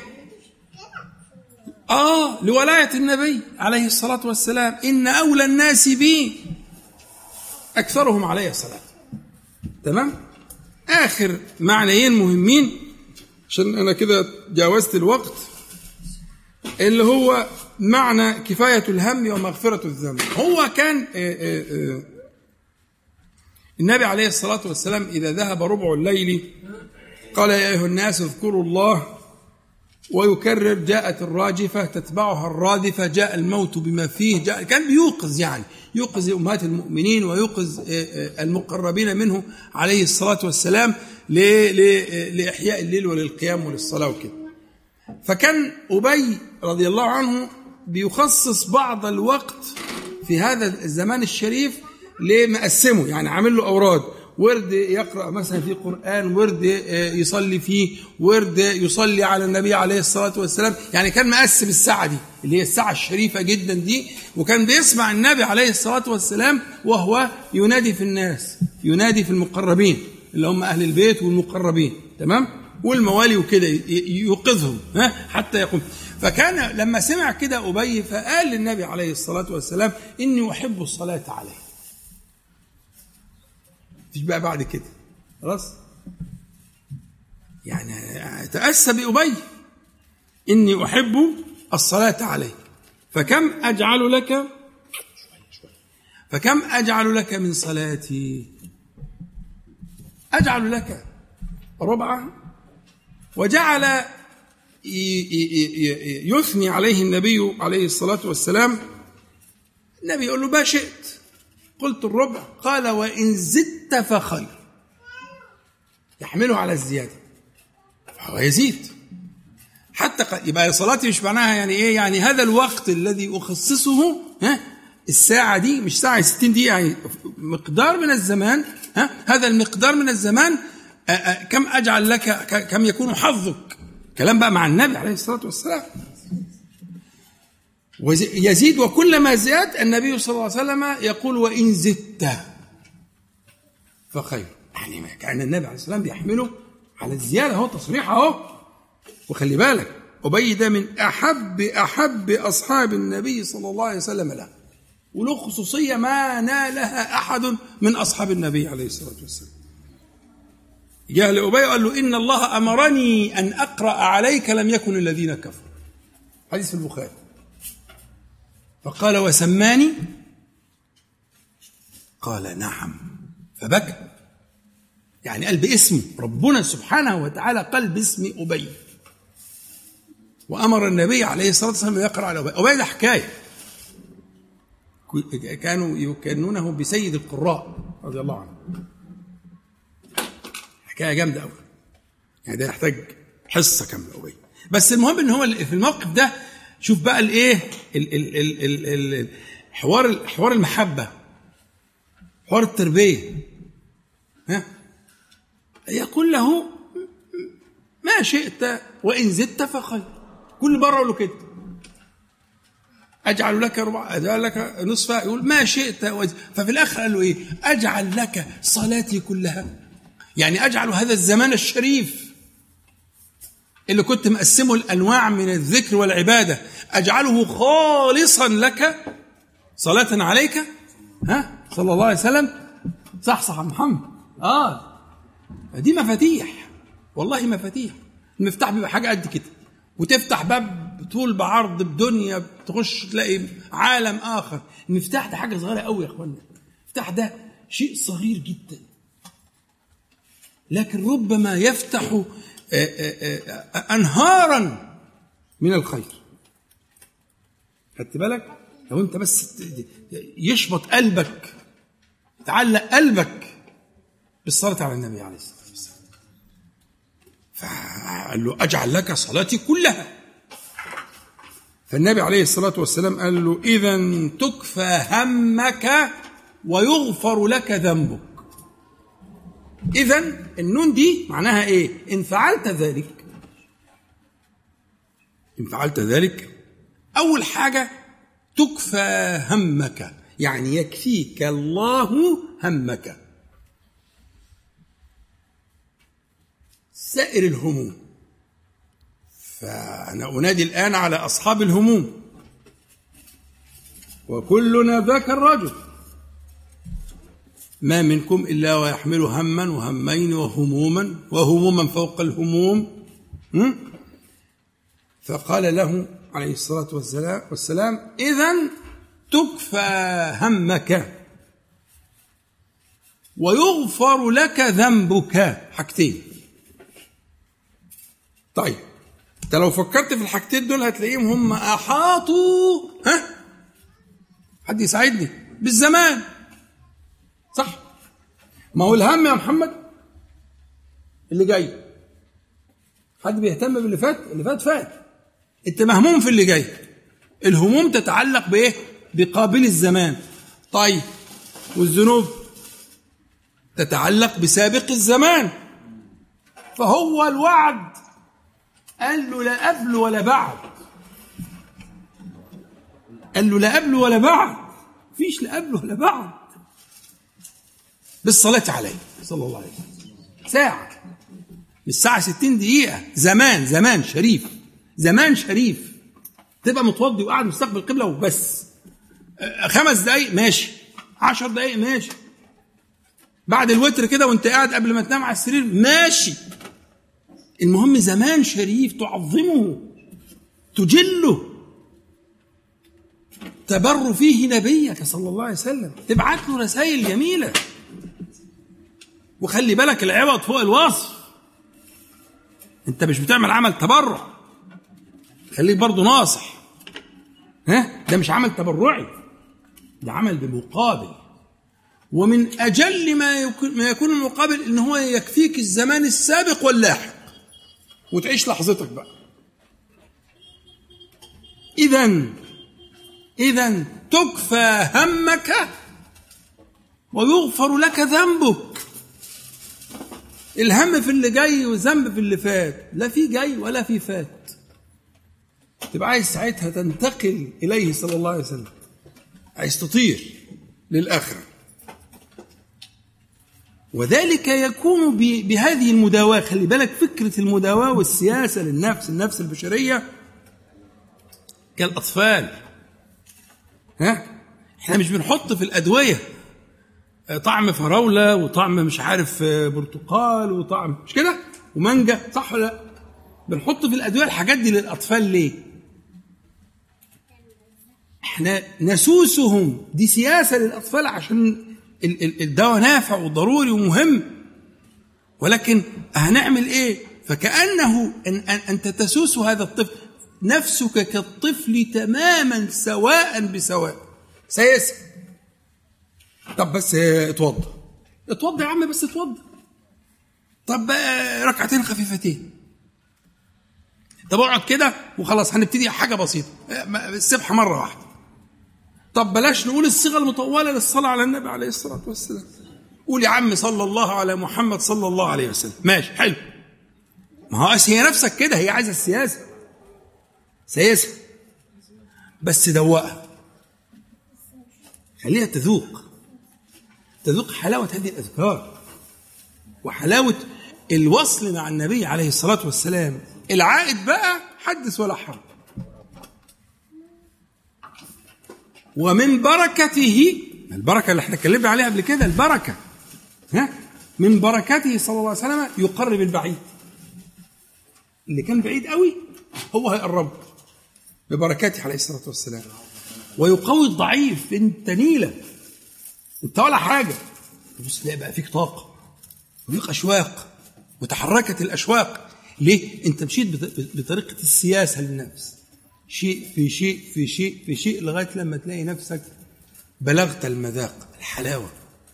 اه لولايه النبي عليه الصلاه والسلام. ان اولى الناس بي اكثرهم علي الصلاه. تمام؟ اخر معنيين مهمين عشان انا كده جاوزت الوقت، اللي هو معنى كفايه الهم ومغفره الذنب. هو كان آآ آآ النبي عليه الصلاه والسلام اذا ذهب ربع الليل قال يا ايها الناس اذكروا الله، ويكرر جاءت الراجفة تتبعها الرادفة، جاء الموت بما فيه، جاء كان بيوقظ، يعني يوقظ أمهات المؤمنين ويوقظ المقربين منه عليه الصلاة والسلام لإحياء الليل وللقيام وللصلاة وكده. فكان أبي رضي الله عنه بيخصص بعض الوقت في هذا الزمان الشريف لمقسمه، يعني عامل له أوراد، ورد يقرأ مثلا في قرآن، ورد يصلي فيه، ورد يصلي على النبي عليه الصلاة والسلام. يعني كان مقسم الساعة دي اللي هي الساعة الشريفة جدا دي، وكان بيسمع النبي عليه الصلاة والسلام وهو ينادي في الناس، ينادي في المقربين اللي هم أهل البيت والمقربين، تمام؟ والموالي وكده يوقظهم ها حتى يقوم. فكان لما سمع كده أبي فقال للنبي عليه الصلاة والسلام إني أحب الصلاة عليه. بقى بعد كده خلاص يعني تأسى بأبي إني أحب الصلاة عليه، فكم أجعل لك فكم أجعل لك من صلاتي؟ أجعل لك ربعا. وجعل يثني عليه النبي عليه الصلاة والسلام. النبي يقول له ما شئت، قلت الربع، قال وإن زدت فخير، يحمله على الزيادة فهو يزيد حتى يبقى صلاتي مش معناها يعني إيه؟ يعني هذا الوقت الذي أخصصه، ها الساعة دي مش ساعة ستين دقيقة، يعني مقدار من الزمان، ها هذا المقدار من الزمان كم أجعل لك، كم يكون حظك. كلام بقى مع النبي عليه الصلاة والسلام. ويزيد، وكلما زاد النبي صلى الله عليه وسلم يقول وإن زدت فخير. يعني كان النبي عليه الصلاة والسلام بيحمله على الزيادة، هو تصريح اهو. وخلي بالك أبي ده من أحب أحب أصحاب النبي صلى الله عليه وسلم له، وله خصوصية ما نالها أحد من أصحاب النبي عليه الصلاة والسلام. جاء لأبي قال له إن الله أمرني أن أقرأ عليك لم يكن الذين كفروا، حديث في البخاري. فقال وسماني؟ قال نعم، فبكى. يعني قال باسمه، ربنا سبحانه وتعالى قال باسم أبي، وأمر النبي عليه الصلاة والسلام يقرأ على أبي. أبي ده حكاية، كانوا يكنونه بسيد القراء رضي الله عنه، حكاية جامدة أوي، يعني ده يحتاج حصة كاملة. أبي بس المهم ان هو في الموقف ده شوف بقى الايه حوار حوار المحبه، حوار التربيه. ها يقول له ما شئت وان زدت فخير. كل مره اقول له كده اجعل لك ربع، اجعل لك نصفها، يقول ما شئت. ففي الاخر قال له ايه؟ اجعل لك صلاتي كلها، يعني اجعل هذا الزمان الشريف اللي كنت مقسمه الانواع من الذكر والعباده اجعله خالصا لك صلاه عليك. ها صلى الله عليه وسلم. صح صح محمد. اه دي مفاتيح والله، مفاتيح. المفتاح بيبقى حاجه قد كده، وتفتح باب طول بعرض بدنيا، بتخش تلاقي عالم اخر. المفتاح ده حاجه صغيره قوي يا اخوانا. المفتاح ده شيء صغير جدا، لكن ربما يفتح انهارا من الخير. خدت بالك؟ لو انت بس يشبط قلبك، تعلق قلبك بالصلاه على النبي عليه الصلاه والسلام. فقال له اجعل لك صلاتي كلها. فالنبي عليه الصلاة والسلام قال له إذن تكفى همك ويغفر لك ذنبك. إذن النون دي معناها إيه؟ إن فعلت ذلك، إن فعلت ذلك أول حاجة تكفى همك، يعني يكفيك الله همك، سائر الهموم. فأنا أنادي الآن على أصحاب الهموم، وكلنا ذاك الرجل، ما منكم إلا ويحمل هما وهمين وهموما وهموما فوق الهموم. فقال له عليه الصلاة والسلام إذن تكفى همك ويغفر لك ذنبك. حاجتين. طيب انت لو فكرت في الحاجتين دول هتلاقيهم هم احاطوا، ها حد يساعدني، بالزمان. صح؟ ما هو الهم يا محمد اللي جاي. حد بيهتم باللي فات؟ اللي فات فات، انت مهموم في اللي جاي. الهموم تتعلق بايه؟ بقابل الزمان. طيب والذنوب تتعلق بسابق الزمان. فهو الوعد قال له لا قبل ولا بعد، قال له لا قبل ولا بعد، فيش لا قبل ولا بعد، بالصلاة عليه صلى الله عليه وسلم. ساعة، مش ساعة ستين دقيقة، زمان زمان شريف، زمان شريف. تبقى متوضي وقاعد مستقبل القبلة وبس. خمس دقايق ماشي، عشر دقايق ماشي، بعد الوتر كده وانت قاعد قبل ما تنام على السرير ماشي. المهم زمان شريف تعظمه تجله، تبر فيه نبيك صلى الله عليه وسلم، تبعت له رسائل جميلة. وخلي بالك العوض فوق الوصف، انت مش بتعمل عمل تبرع، خليك برضو ناصح. ها ده مش عمل تبرعي، ده عمل بمقابل. ومن أجل ما يكون, ما يكون المقابل إن هو يكفيك الزمان السابق واللاحق وتعيش لحظتك بقى. إذن إذن تكفى همك ويغفر لك ذنبك. الهم في اللي جاي والذنب في اللي فات، لا في جاي ولا في فات. تبقى عايز ساعتها تنتقل إليه صلى الله عليه وسلم، عايز تطير للآخرة. وذلك يكون بهذه المداواة. خلي بالك فكرة المداواة والسياسة للنفس، النفس البشرية كالأطفال. ها احنا مش بنحط في الأدوية طعم فراولة وطعم مش عارف برتقال وطعم مش كده ومانجا، صح ولا لا؟ بنحط في الأدوية الحاجات دي للأطفال ليه؟ احنا نسوسهم، دي سياسة للأطفال عشان الدواء نافع وضروري ومهم. ولكن هنعمل ايه؟ فكأنه أن أنت تسوس هذا الطفل، نفسك كالطفل تماما سواء بسواء. سياسة. طب بس اتوضى، اتوضى يا عم، بس اتوضى. طب ركعتين خفيفتين، طب اقعد كده وخلاص، هنبتدي حاجه بسيطه، السبحه مره واحده. طب بلاش نقول الصيغه المطوله للصلاه على النبي عليه الصلاه والسلام، قول يا عم صلى الله على محمد صلى الله عليه وسلم، ماشي حلو. ما هو هي نفسك كده، هي عايزه السياسه، سياسه بس دوقها، خليها تذوق تذوق حلاوه هذه الاذكار وحلاوه الوصل مع النبي عليه الصلاه والسلام. العائد بقى حدث ولا حرج. ومن بركته، البركه اللي احنا اتكلمنا عليها قبل كده، البركه ها من بركته صلى الله عليه وسلم يقرب البعيد. اللي كان بعيد قوي هو هيقرب ببركاته عليه الصلاه والسلام، ويقوي الضعيف. انت نيله، انت ولا حاجه، تبص تلاقي بقى فيك طاقه وفيك اشواق، وتحركت الاشواق. ليه؟ انت مشيت بطريقه السياسه للنفس، شيء في شيء في شيء في شيء لغايه لما تلاقي نفسك بلغت المذاق، الحلاوه.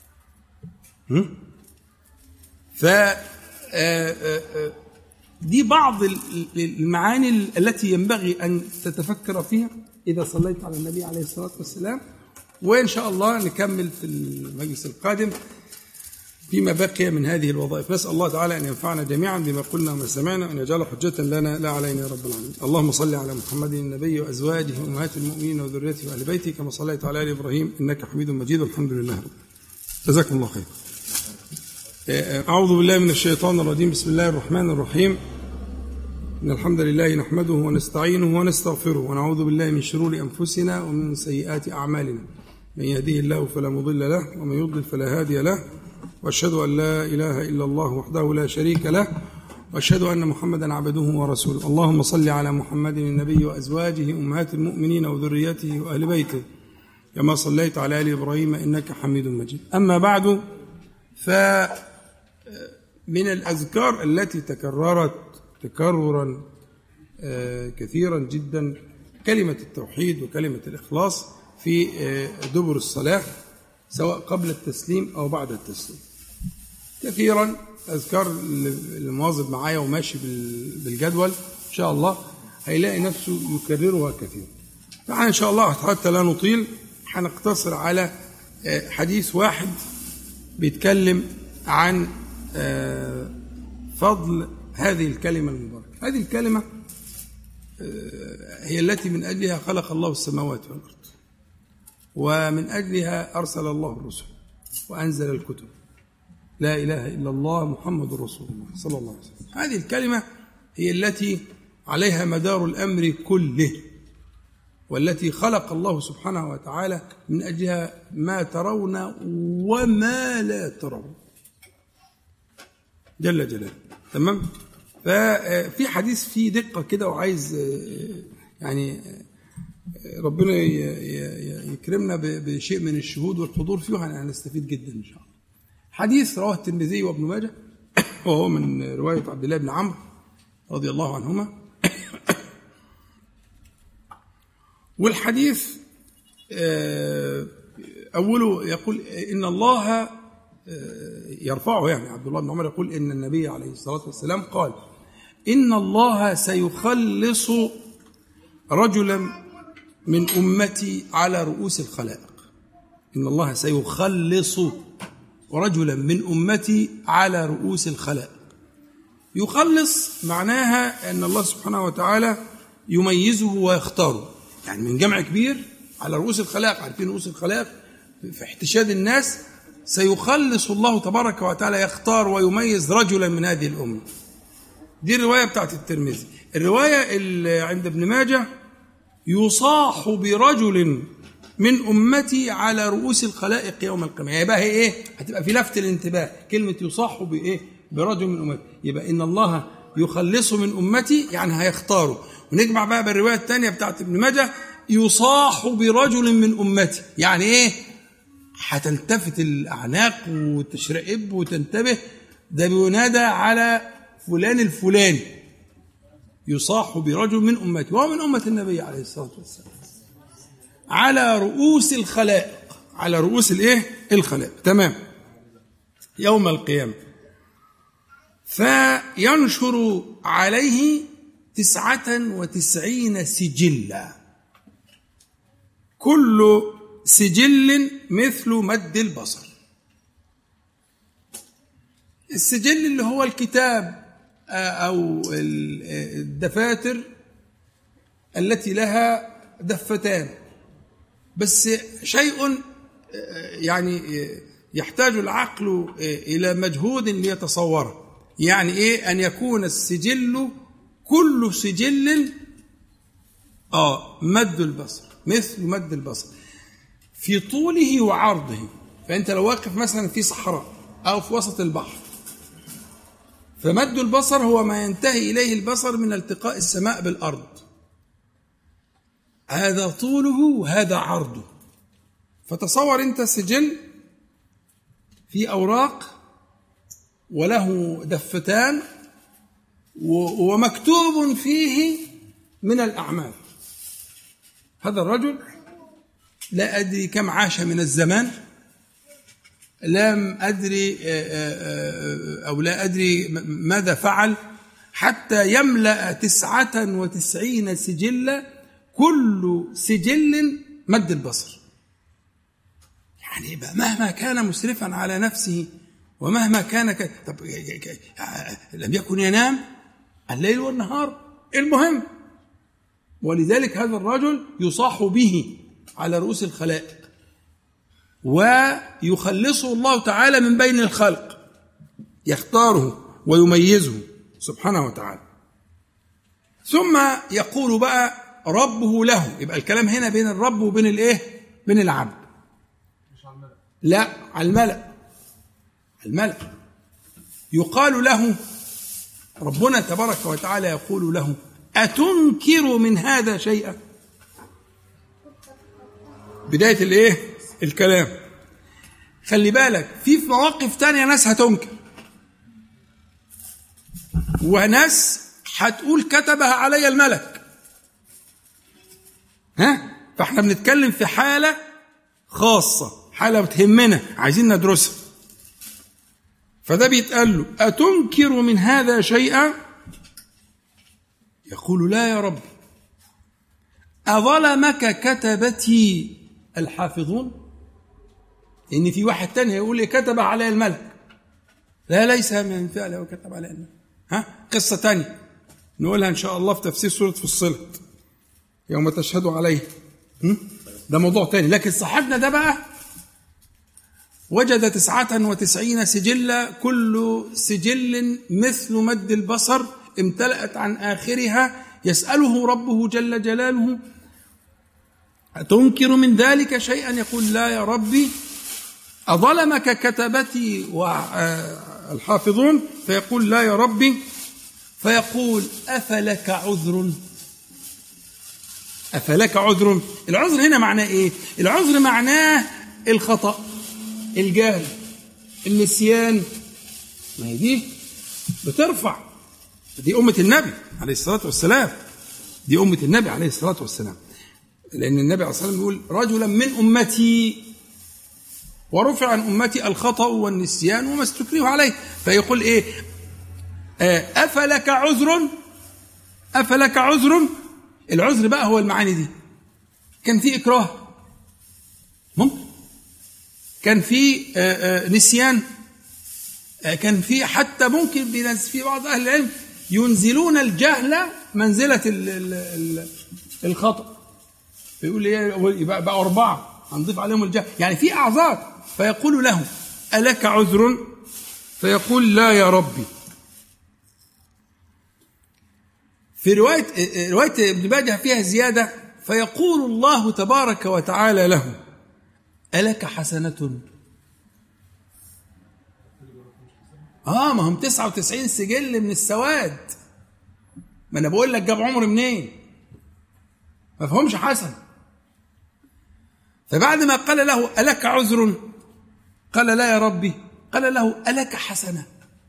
ف دي بعض المعاني التي ينبغي ان تتفكر فيها اذا صليت على النبي عليه الصلاه والسلام. وان شاء الله نكمل في المجلس القادم فيما بقي من هذه الوظائف. نسأل الله تعالى أن ينفعنا جميعا بما قلنا وما سمعنا، وأن يجعل حجة لنا لا علينا يا رب العالمين. اللهم صل على محمد النبي وأزواجه وأمهات المؤمنين وذريته وأهل بيته كما صليت على آل إبراهيم إنك حميد مجيد، والحمد لله رب. جزاكم الله خير. أعوذ بالله من الشيطان الرجيم. بسم الله الرحمن الرحيم. إن الحمد لله نحمده ونستعينه ونستغفره، ونعوذ بالله من شرور أنفسنا ومن سيئات أعمالنا. من يهديه الله فلا مضل له، ومن يضلل فلا هادي له، وأشهد أن لا إله إلا الله وحده لا شريك له، وأشهد أن محمدا عبده ورسوله. اللهم صل على محمد النبي وأزواجه أمهات المؤمنين وذريته وأهل بيته كما صليت على آل إبراهيم إنك حميد مجيد. أما بعد، فمن الأذكار التي تكررت تكررا كثيرا جدا كلمة التوحيد وكلمة الإخلاص في دبر الصلاة، سواء قبل التسليم أو بعد التسليم. كثيرا أذكار المواظب معايا وماشي بالجدول إن شاء الله هيلاقي نفسه يكررها كثيرا. فإحنا إن شاء الله حتى لا نطيل هنقتصر على حديث واحد بيتكلم عن فضل هذه الكلمة المباركة. هذه الكلمة هي التي من أجلها خلق الله السماوات والأرض، ومن أجلها أرسل الله الرسل وأنزل الكتب. لا إله إلا الله محمد رسول الله صلى الله عليه وسلم. هذه الكلمة هي التي عليها مدار الأمر كله، والتي خلق الله سبحانه وتعالى من أجلها ما ترون وما لا ترون جل جلاله. تمام؟ ففي حديث فيه دقة كده، وعايز يعني ربنا يكرمنا بشيء من الشهود والحضور فيه، هنستفيد جدا إن شاء الله. حديث رواه الترمذي وابن ماجه، وهو من رواية عبد الله بن عمرو رضي الله عنهما. والحديث أوله يقول إن الله يرفعه، يعني عبد الله بن عمر يقول إن النبي عليه الصلاة والسلام قال: إن الله سيخلص رجلا من أمتي على رؤوس الخلائق. إن الله سيخلص رجلا من أمتي على رؤوس الخلائق. يخلص معناها أن الله سبحانه وتعالى يميزه ويختاره، يعني من جمع كبير على رؤوس الخلائق. عارفين رؤوس الخلائق في احتشاد الناس، سيخلص الله تبارك وتعالى، يختار ويميز رجلا من هذه الأمة. دي الرواية بتاعت الترمذي. الرواية اللي عند ابن ماجه: يصاح برجل من أمتي على رؤوس الخلائق يوم القيامة. يبقى هي إيه؟ هتبقى في لفت الانتباه كلمة يصاح بإيه؟ برجل من أمتي. يبقى إن الله يخلص من أمتي، يعني هيختاره. ونجمع بقى بالرواية الثانية بتاعت ابن ماجه: يصاح برجل من أمتي، يعني إيه؟ هتلتفت الأعناق وتشرئب وتنتبه، ده بينادى على فلان الفلاني. يصاح برجل من أمتي، وهو من أمة النبي عليه الصلاة والسلام، على رؤوس الخلائق، على رؤوس الايه؟ الخلائق. تمام. يوم القيامة. فينشر عليه تسعة وتسعين سجلا، كل سجل مثل مد البصر. السجل اللي هو الكتاب أو الدفاتر التي لها دفتان، بس شيء يعني يحتاج العقل إلى مجهود ليتصوره. يعني إيه؟ أن يكون السجل كل سجل آه مد البصر، مثل مد البصر في طوله وعرضه. فأنت لو واقف مثلا في صحراء أو في وسط البحر، فمد البصر هو ما ينتهي إليه البصر من التقاء السماء بالأرض، هذا طوله وهذا عرضه. فتصور أنت سجل في أوراق وله دفتان ومكتوب فيه من الأعمال. هذا الرجل لا أدري كم عاش من الزمان، لم أدري أو لا أدري ماذا فعل حتى يملأ تسعة وتسعين سجلا، كل سجل مد البصر. يعني مهما كان مسرفا على نفسه ومهما كان ك... طب لم يكن ينام الليل والنهار، المهم. ولذلك هذا الرجل يصاح به على رؤوس الخلائق ويخلصه الله تعالى من بين الخلق، يختاره ويميزه سبحانه وتعالى. ثم يقول بقى ربه له. يبقى الكلام هنا بين الرب وبين الايه؟ بين العبد، مش على الملأ. لا، على الملأ. الملأ يقال له، ربنا تبارك وتعالى يقول له أتنكر من هذا شيئا؟ بداية الايه؟ الكلام. خلي بالك في في مواقف تانية ناس هتنكر وناس هتقول كتبها علي الملك، ها؟ فاحنا بنتكلم في حالة خاصة، حالة بتهمنا عايزين ندرسها. فده بيتقال له أتنكر من هذا شيئا؟ يقول لا يا رب. أظلمك كتبتي الحافظون؟ إن في واحد تاني يقول لي كتب علي الملك. لا، ليس من فعله وكتب علي الملك. ها؟ قصة تانية نقولها إن شاء الله في تفسير سورة فصلت يوم تشهد عليه، ده موضوع تاني. لكن صاحبنا ده بقى وجد تسعة وتسعين سجلا، كل سجل مثل مد البصر، امتلأت عن آخرها. يسأله ربه جل جلاله أتنكر من ذلك شيئا؟ يقول لا يا ربي. أظلمك كتبتي والحافظون؟ فيقول لا يا ربي. فيقول أفلك عذر؟ أفلك عذر؟ العذر هنا معناه إيه؟ العذر معناه الخطأ، الجهل، النسيان. ما هي دي بترفع، دي أمة النبي عليه الصلاة والسلام، دي أمة النبي عليه الصلاة والسلام. لأن النبي عليه الصلاة والسلام يقول رجلا من أمتي ورفع عن أمتي الخطأ والنسيان وما استكرهوا عليه. فيقول إيه؟ أفلك عذر؟ أفلك عذر؟ العذر بقى هو المعاني دي. كان في إكراه، ممكن كان في نسيان، كان في حتى ممكن في بعض أهل العلم ينزلون الجهل منزلة الخطأ، فيقول لي بقى أربعة هنضيف عليهم الجهل، يعني في أعذار. فيقول له ألك عذر؟ فيقول لا يا ربي. في رواية رواية ابن ماجه فيها زيادة، فيقول الله تبارك وتعالى له ألك حسنة؟ آه ما هم تسعة وتسعين سجل من السواد، ما أنا بقول لك جاب عمر منين؟ ما فهمش حسن. فبعد ما قال له ألك عذر؟ قال لا يا ربي. قال له ألك حسنة؟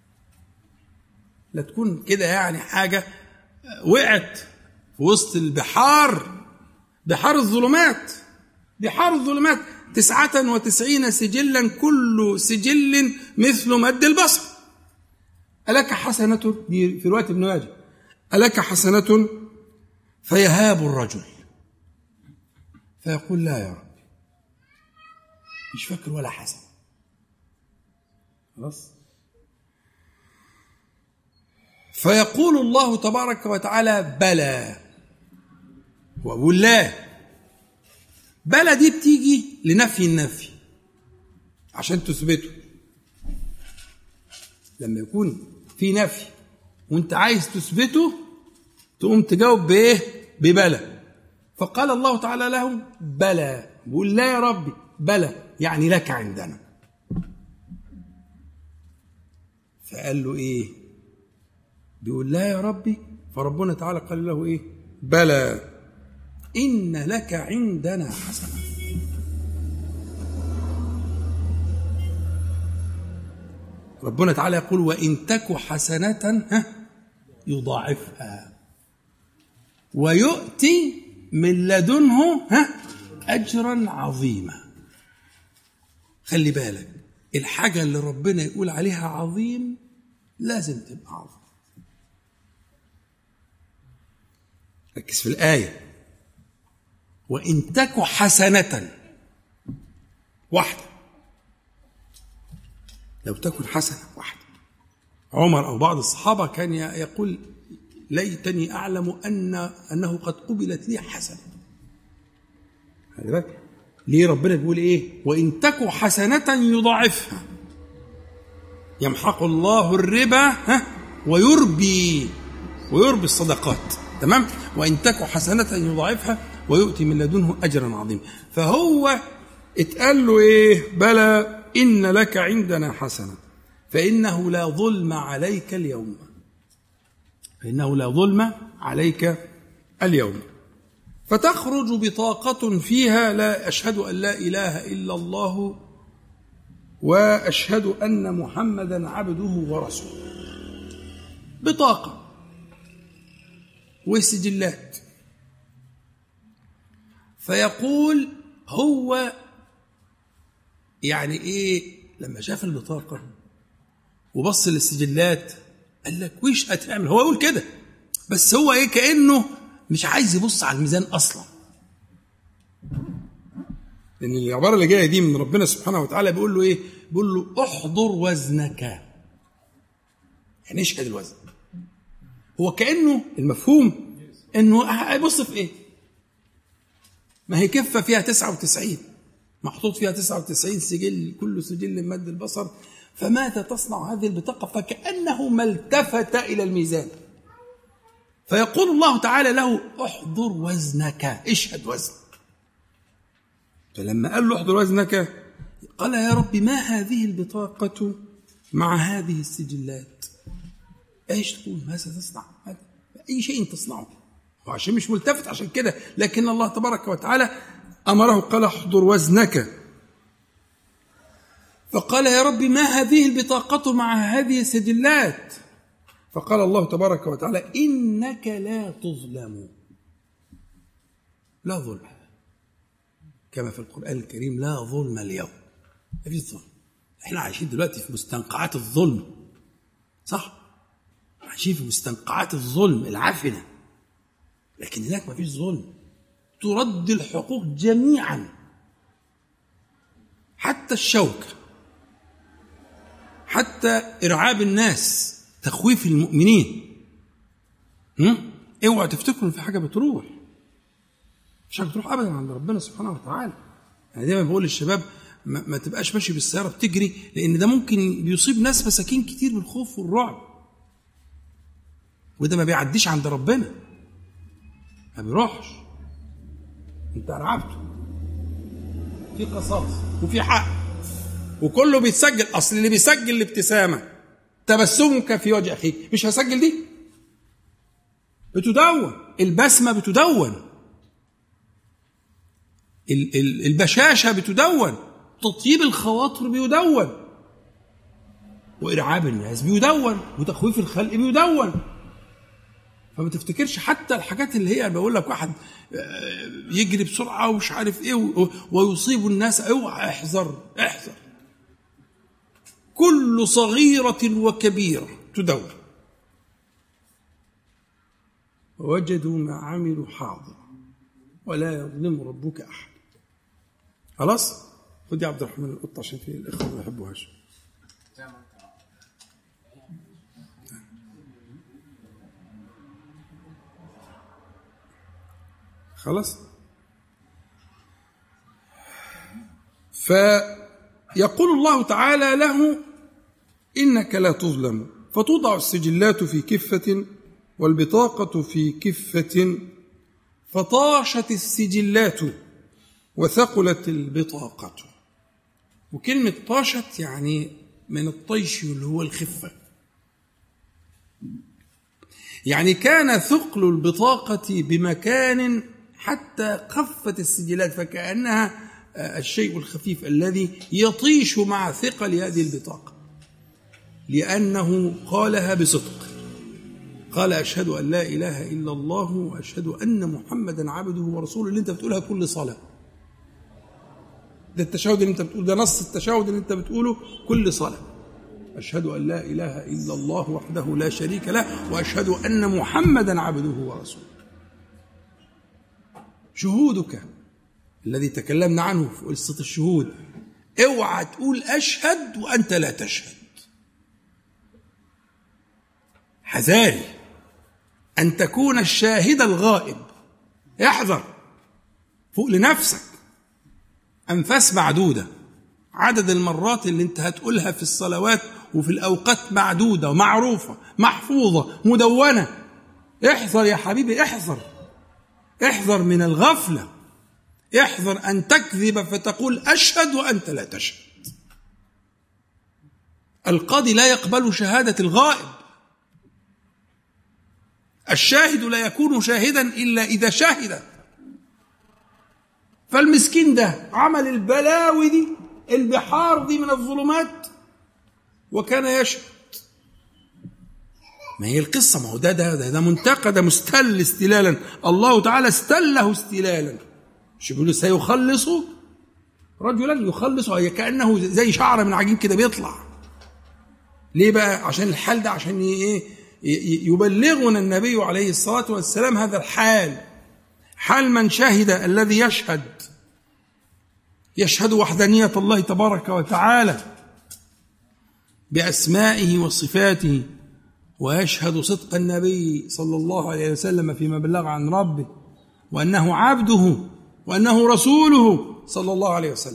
لا تكون كده يعني حاجة وقعت في وسط البحار، بحار الظلمات، بحار الظلمات، تسعة وتسعين سجلا كل سجل مثل مد البصر. ألك حسنة؟ في رواية ابن ماجه ألك حسنة؟ فيهاب الرجل فيقول لا يا رب مش فاكر ولا حسنة. خلاص. فيقول الله تبارك وتعالى بلى. وأقول لا. بلى دي بتيجي لنفي النفي عشان تثبته. لما يكون في نفي وانت عايز تثبته تقوم تجاوب بايه؟ ببلى. فقال الله تعالى له بلى. بقول لا يا ربي بلى يعني لك عندنا. فقال له ايه؟ بيقول لا يا ربي. فربنا تعالى قال له ايه؟ بلى إن لك عندنا حسنة. ربنا تعالى يقول وإن تك حسنة يضاعفها ويؤتي من لدنه أجرا عظيما. خلي بالك الحاجة اللي ربنا يقول عليها عظيم لازم تبقى عظيم. ركز في الآية. وإن تك حسنة واحدة. لو تكن حسنة واحدة. عمر أو بعض الصحابة كان يقول ليتني أعلم أن أنه قد قبلت لي حسنة. ليه ربنا بيقول إيه؟ وإن تك حسنة يضاعفها يمحق الله الربا ويربي ويربي الصدقات. تمام؟ وإن تك حسنة يضاعفها ويؤتي من لدنه أجرا عظيما. فهو اتقال له إيه؟ بلى إن لك عندنا حسنة فإنه لا ظلم عليك اليوم. فإنه لا ظلم عليك اليوم. فتخرج بطاقة فيها لا أشهد أن لا إله إلا الله وأشهد أن محمدا عبده ورسوله. بطاقة وسجلات. فيقول هو يعني إيه لما شاف البطاقة وبص للسجلات قال لك ويش هتعمل. هو يقول كده بس هو إيه كأنه مش عايز يبص على الميزان أصلا. لأن العبارة اللي جاية دي من ربنا سبحانه وتعالى بيقول له إيه؟ بيقول له احضر وزنك. يعني إيش هذا الوزن؟ هو كأنه المفهوم إنه هيبص في إيه؟ ما هي كفة فيها تسعة وتسعين محطوط فيها تسعة وتسعين سجل كل سجل مد البصر. فماذا تصنع هذه البطاقة؟ فكأنه ما التفت إلى الميزان. فيقول الله تعالى له احضر وزنك. اشهد وزنك. فلما قال له احضر وزنك قال يا رب ما هذه البطاقة مع هذه السجلات؟ ايش تقول؟ ماذا تصنع؟ أي شيء تصنعه. وعشان مش ملتفت عشان كده. لكن الله تبارك وتعالى أمره قال احضر وزنك. فقال يا رب ما هذه البطاقة مع هذه السجلات؟ فقال الله تبارك وتعالى إنك لا تظلم. لا ظلم كما في القرآن الكريم لا ظلم اليوم. ما فيش ظلم. احنا عايشين دلوقتي في مستنقعات الظلم. صح؟ عايشين في مستنقعات الظلم العافنة. لكن هناك ما فيش ظلم. ترد الحقوق جميعا حتى الشوكة حتى إرعاب الناس تخويف المؤمنين. اوعوا تفتكروا في حاجة بتروح. مش حاجة بتروح أبدا عند ربنا سبحانه وتعالى. يعني دايما بقول للشباب ما, ما تبقاش ماشي بالسيارة بتجري لأن ده ممكن بيصيب ناس مساكين كتير بالخوف والرعب. وده ما بيعديش عند ربنا. ما بيروحش. انت رعبته. في قصاص وفي حق وكله بيتسجل. أصل اللي بيسجل الابتسامة تبسمك في وجه أخيك. مش هسجل دي؟ بتدون. البسمة بتدون. البشاشة بتدون. تطيب الخواطر بيدون. وإرعاب الناس بيدون. وتخويف الخلق بيدون. فما تفتكرش حتى الحاجات اللي هي بقول لك واحد يجري بسرعة ومش عارف ايه ويصيب الناس. اوعى احذر احذر. كل صغيرة وكبيرة تدور. ووجدوا ما عملوا حاضر ولا يظلم ربك أحد. خلاص؟ خد يا عبد الرحمن القطة عشان في الإخوة ما يحبوهاش. خلاص؟ فيقول الله تعالى له إنك لا تظلم، فتوضع السجلات في كفة والبطاقة في كفة، فطاشت السجلات وثقلت البطاقة. وكلمة طاشت يعني من الطيش اللي هو الخفة، يعني كان ثقل البطاقة بمكان حتى خفت السجلات، فكأنها الشيء الخفيف الذي يطيش مع ثقل هذه البطاقة، لأنه قالها بصدق. قال أشهد أن لا إله إلا الله وأشهد أن محمدا عبده ورسوله، اللي أنت بتقولها كل صلاة. ده التشهد اللي أنت بتقول، ده نص التشهد اللي أنت بتقوله كل صلاة. أشهد أن لا إله إلا الله وحده لا شريك له وأشهد أن محمدا عبده ورسوله. شهودك الذي تكلمنا عنه في قصة الشهود، اوعى تقول أشهد وأنت لا تشهد. حذاري أن تكون الشاهد الغائب. احذر، فوق لنفسك أنفاس معدودة، عدد المرات اللي انت هتقولها في الصلوات وفي الأوقات معدودة ومعروفة محفوظة مدونة. احذر يا حبيبي، احذر احذر من الغفلة، احذر أن تكذب فتقول أشهد وأنت لا تشهد. القاضي لا يقبل شهادة الغائب. الشاهد لا يكون شاهدا إلا إذا شهد. فالمسكين ده عمل البلاوي دي، البحار دي من الظلمات، وكان يشهد. ما هي القصة، ما هو ده ده ده, ده منتقد مستل استلالا، الله تعالى استله استلالا. مش بيقول سيخلص رجلا يخلص، هي كأنه زي شعر من عجين كده بيطلع. ليه بقى؟ عشان الحال ده، عشان ايه؟ يبلغنا النبي عليه الصلاة والسلام هذا الحال، حال من شهد، الذي يشهد يشهد وحدانية الله تبارك وتعالى بأسمائه وصفاته، ويشهد صدق النبي صلى الله عليه وسلم فيما بلغ عن ربه، وأنه عبده وأنه رسوله صلى الله عليه وسلم،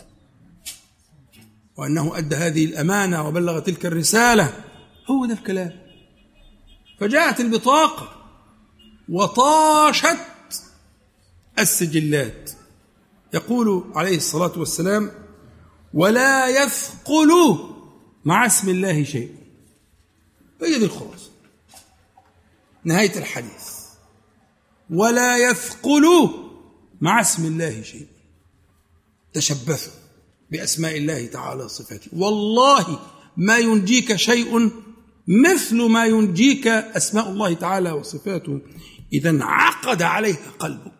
وأنه أدى هذه الأمانة وبلغ تلك الرسالة. هو ده الكلام. فجاءت البطاقة وطاشت السجلات. يقول عليه الصلاة والسلام: ولا يثقل مع اسم الله شيء. هي دي الخلاصة، نهاية الحديث. ولا يثقل مع اسم الله شيء. تشبثوا بأسماء الله تعالى وصفاته، والله ما ينجيك شيء مثل ما ينجيك أسماء الله تعالى وصفاته إذا انعقد عليها قلبك.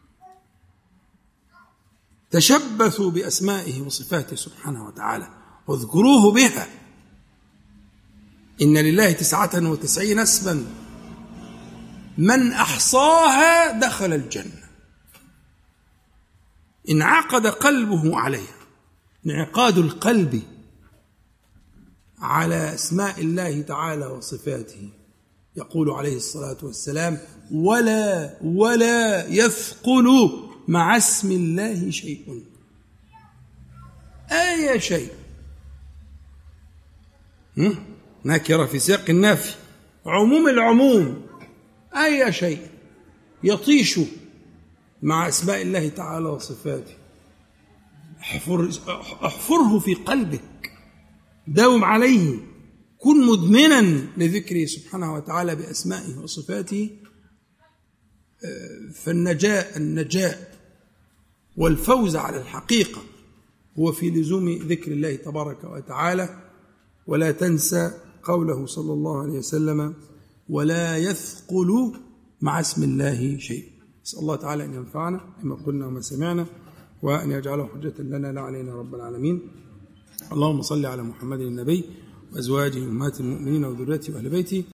تشبثوا بأسمائه وصفاته سبحانه وتعالى واذكروه بها. إن لله تسعة وتسعين اسما من أحصاها دخل الجنة. انعقد قلبه عليها. انعقاد القلب على أسماء الله تعالى وصفاته. يقول عليه الصلاة والسلام: ولا ولا يثقل مع اسم الله شيء. أي شيء، نكرة في سياق النفي، عموم العموم، أي شيء يطيش مع أسماء الله تعالى وصفاته احفر احفره في قلبك، داوم عليه، كن مدمنا لذكره سبحانه وتعالى بأسمائه وصفاته. فالنجاة النجاة والفوز على الحقيقة هو في لزوم ذكر الله تبارك وتعالى. ولا تنسى قوله صلى الله عليه وسلم: ولا يثقل مع اسم الله شيء. نسأل الله تعالى أن ينفعنا بما قلنا وما سمعنا، وأن يجعله حجة لنا لا علينا رب العالمين. اللهم صل على محمد النبي وأزواجه أمهات المؤمنين وذريته وأهل بيته.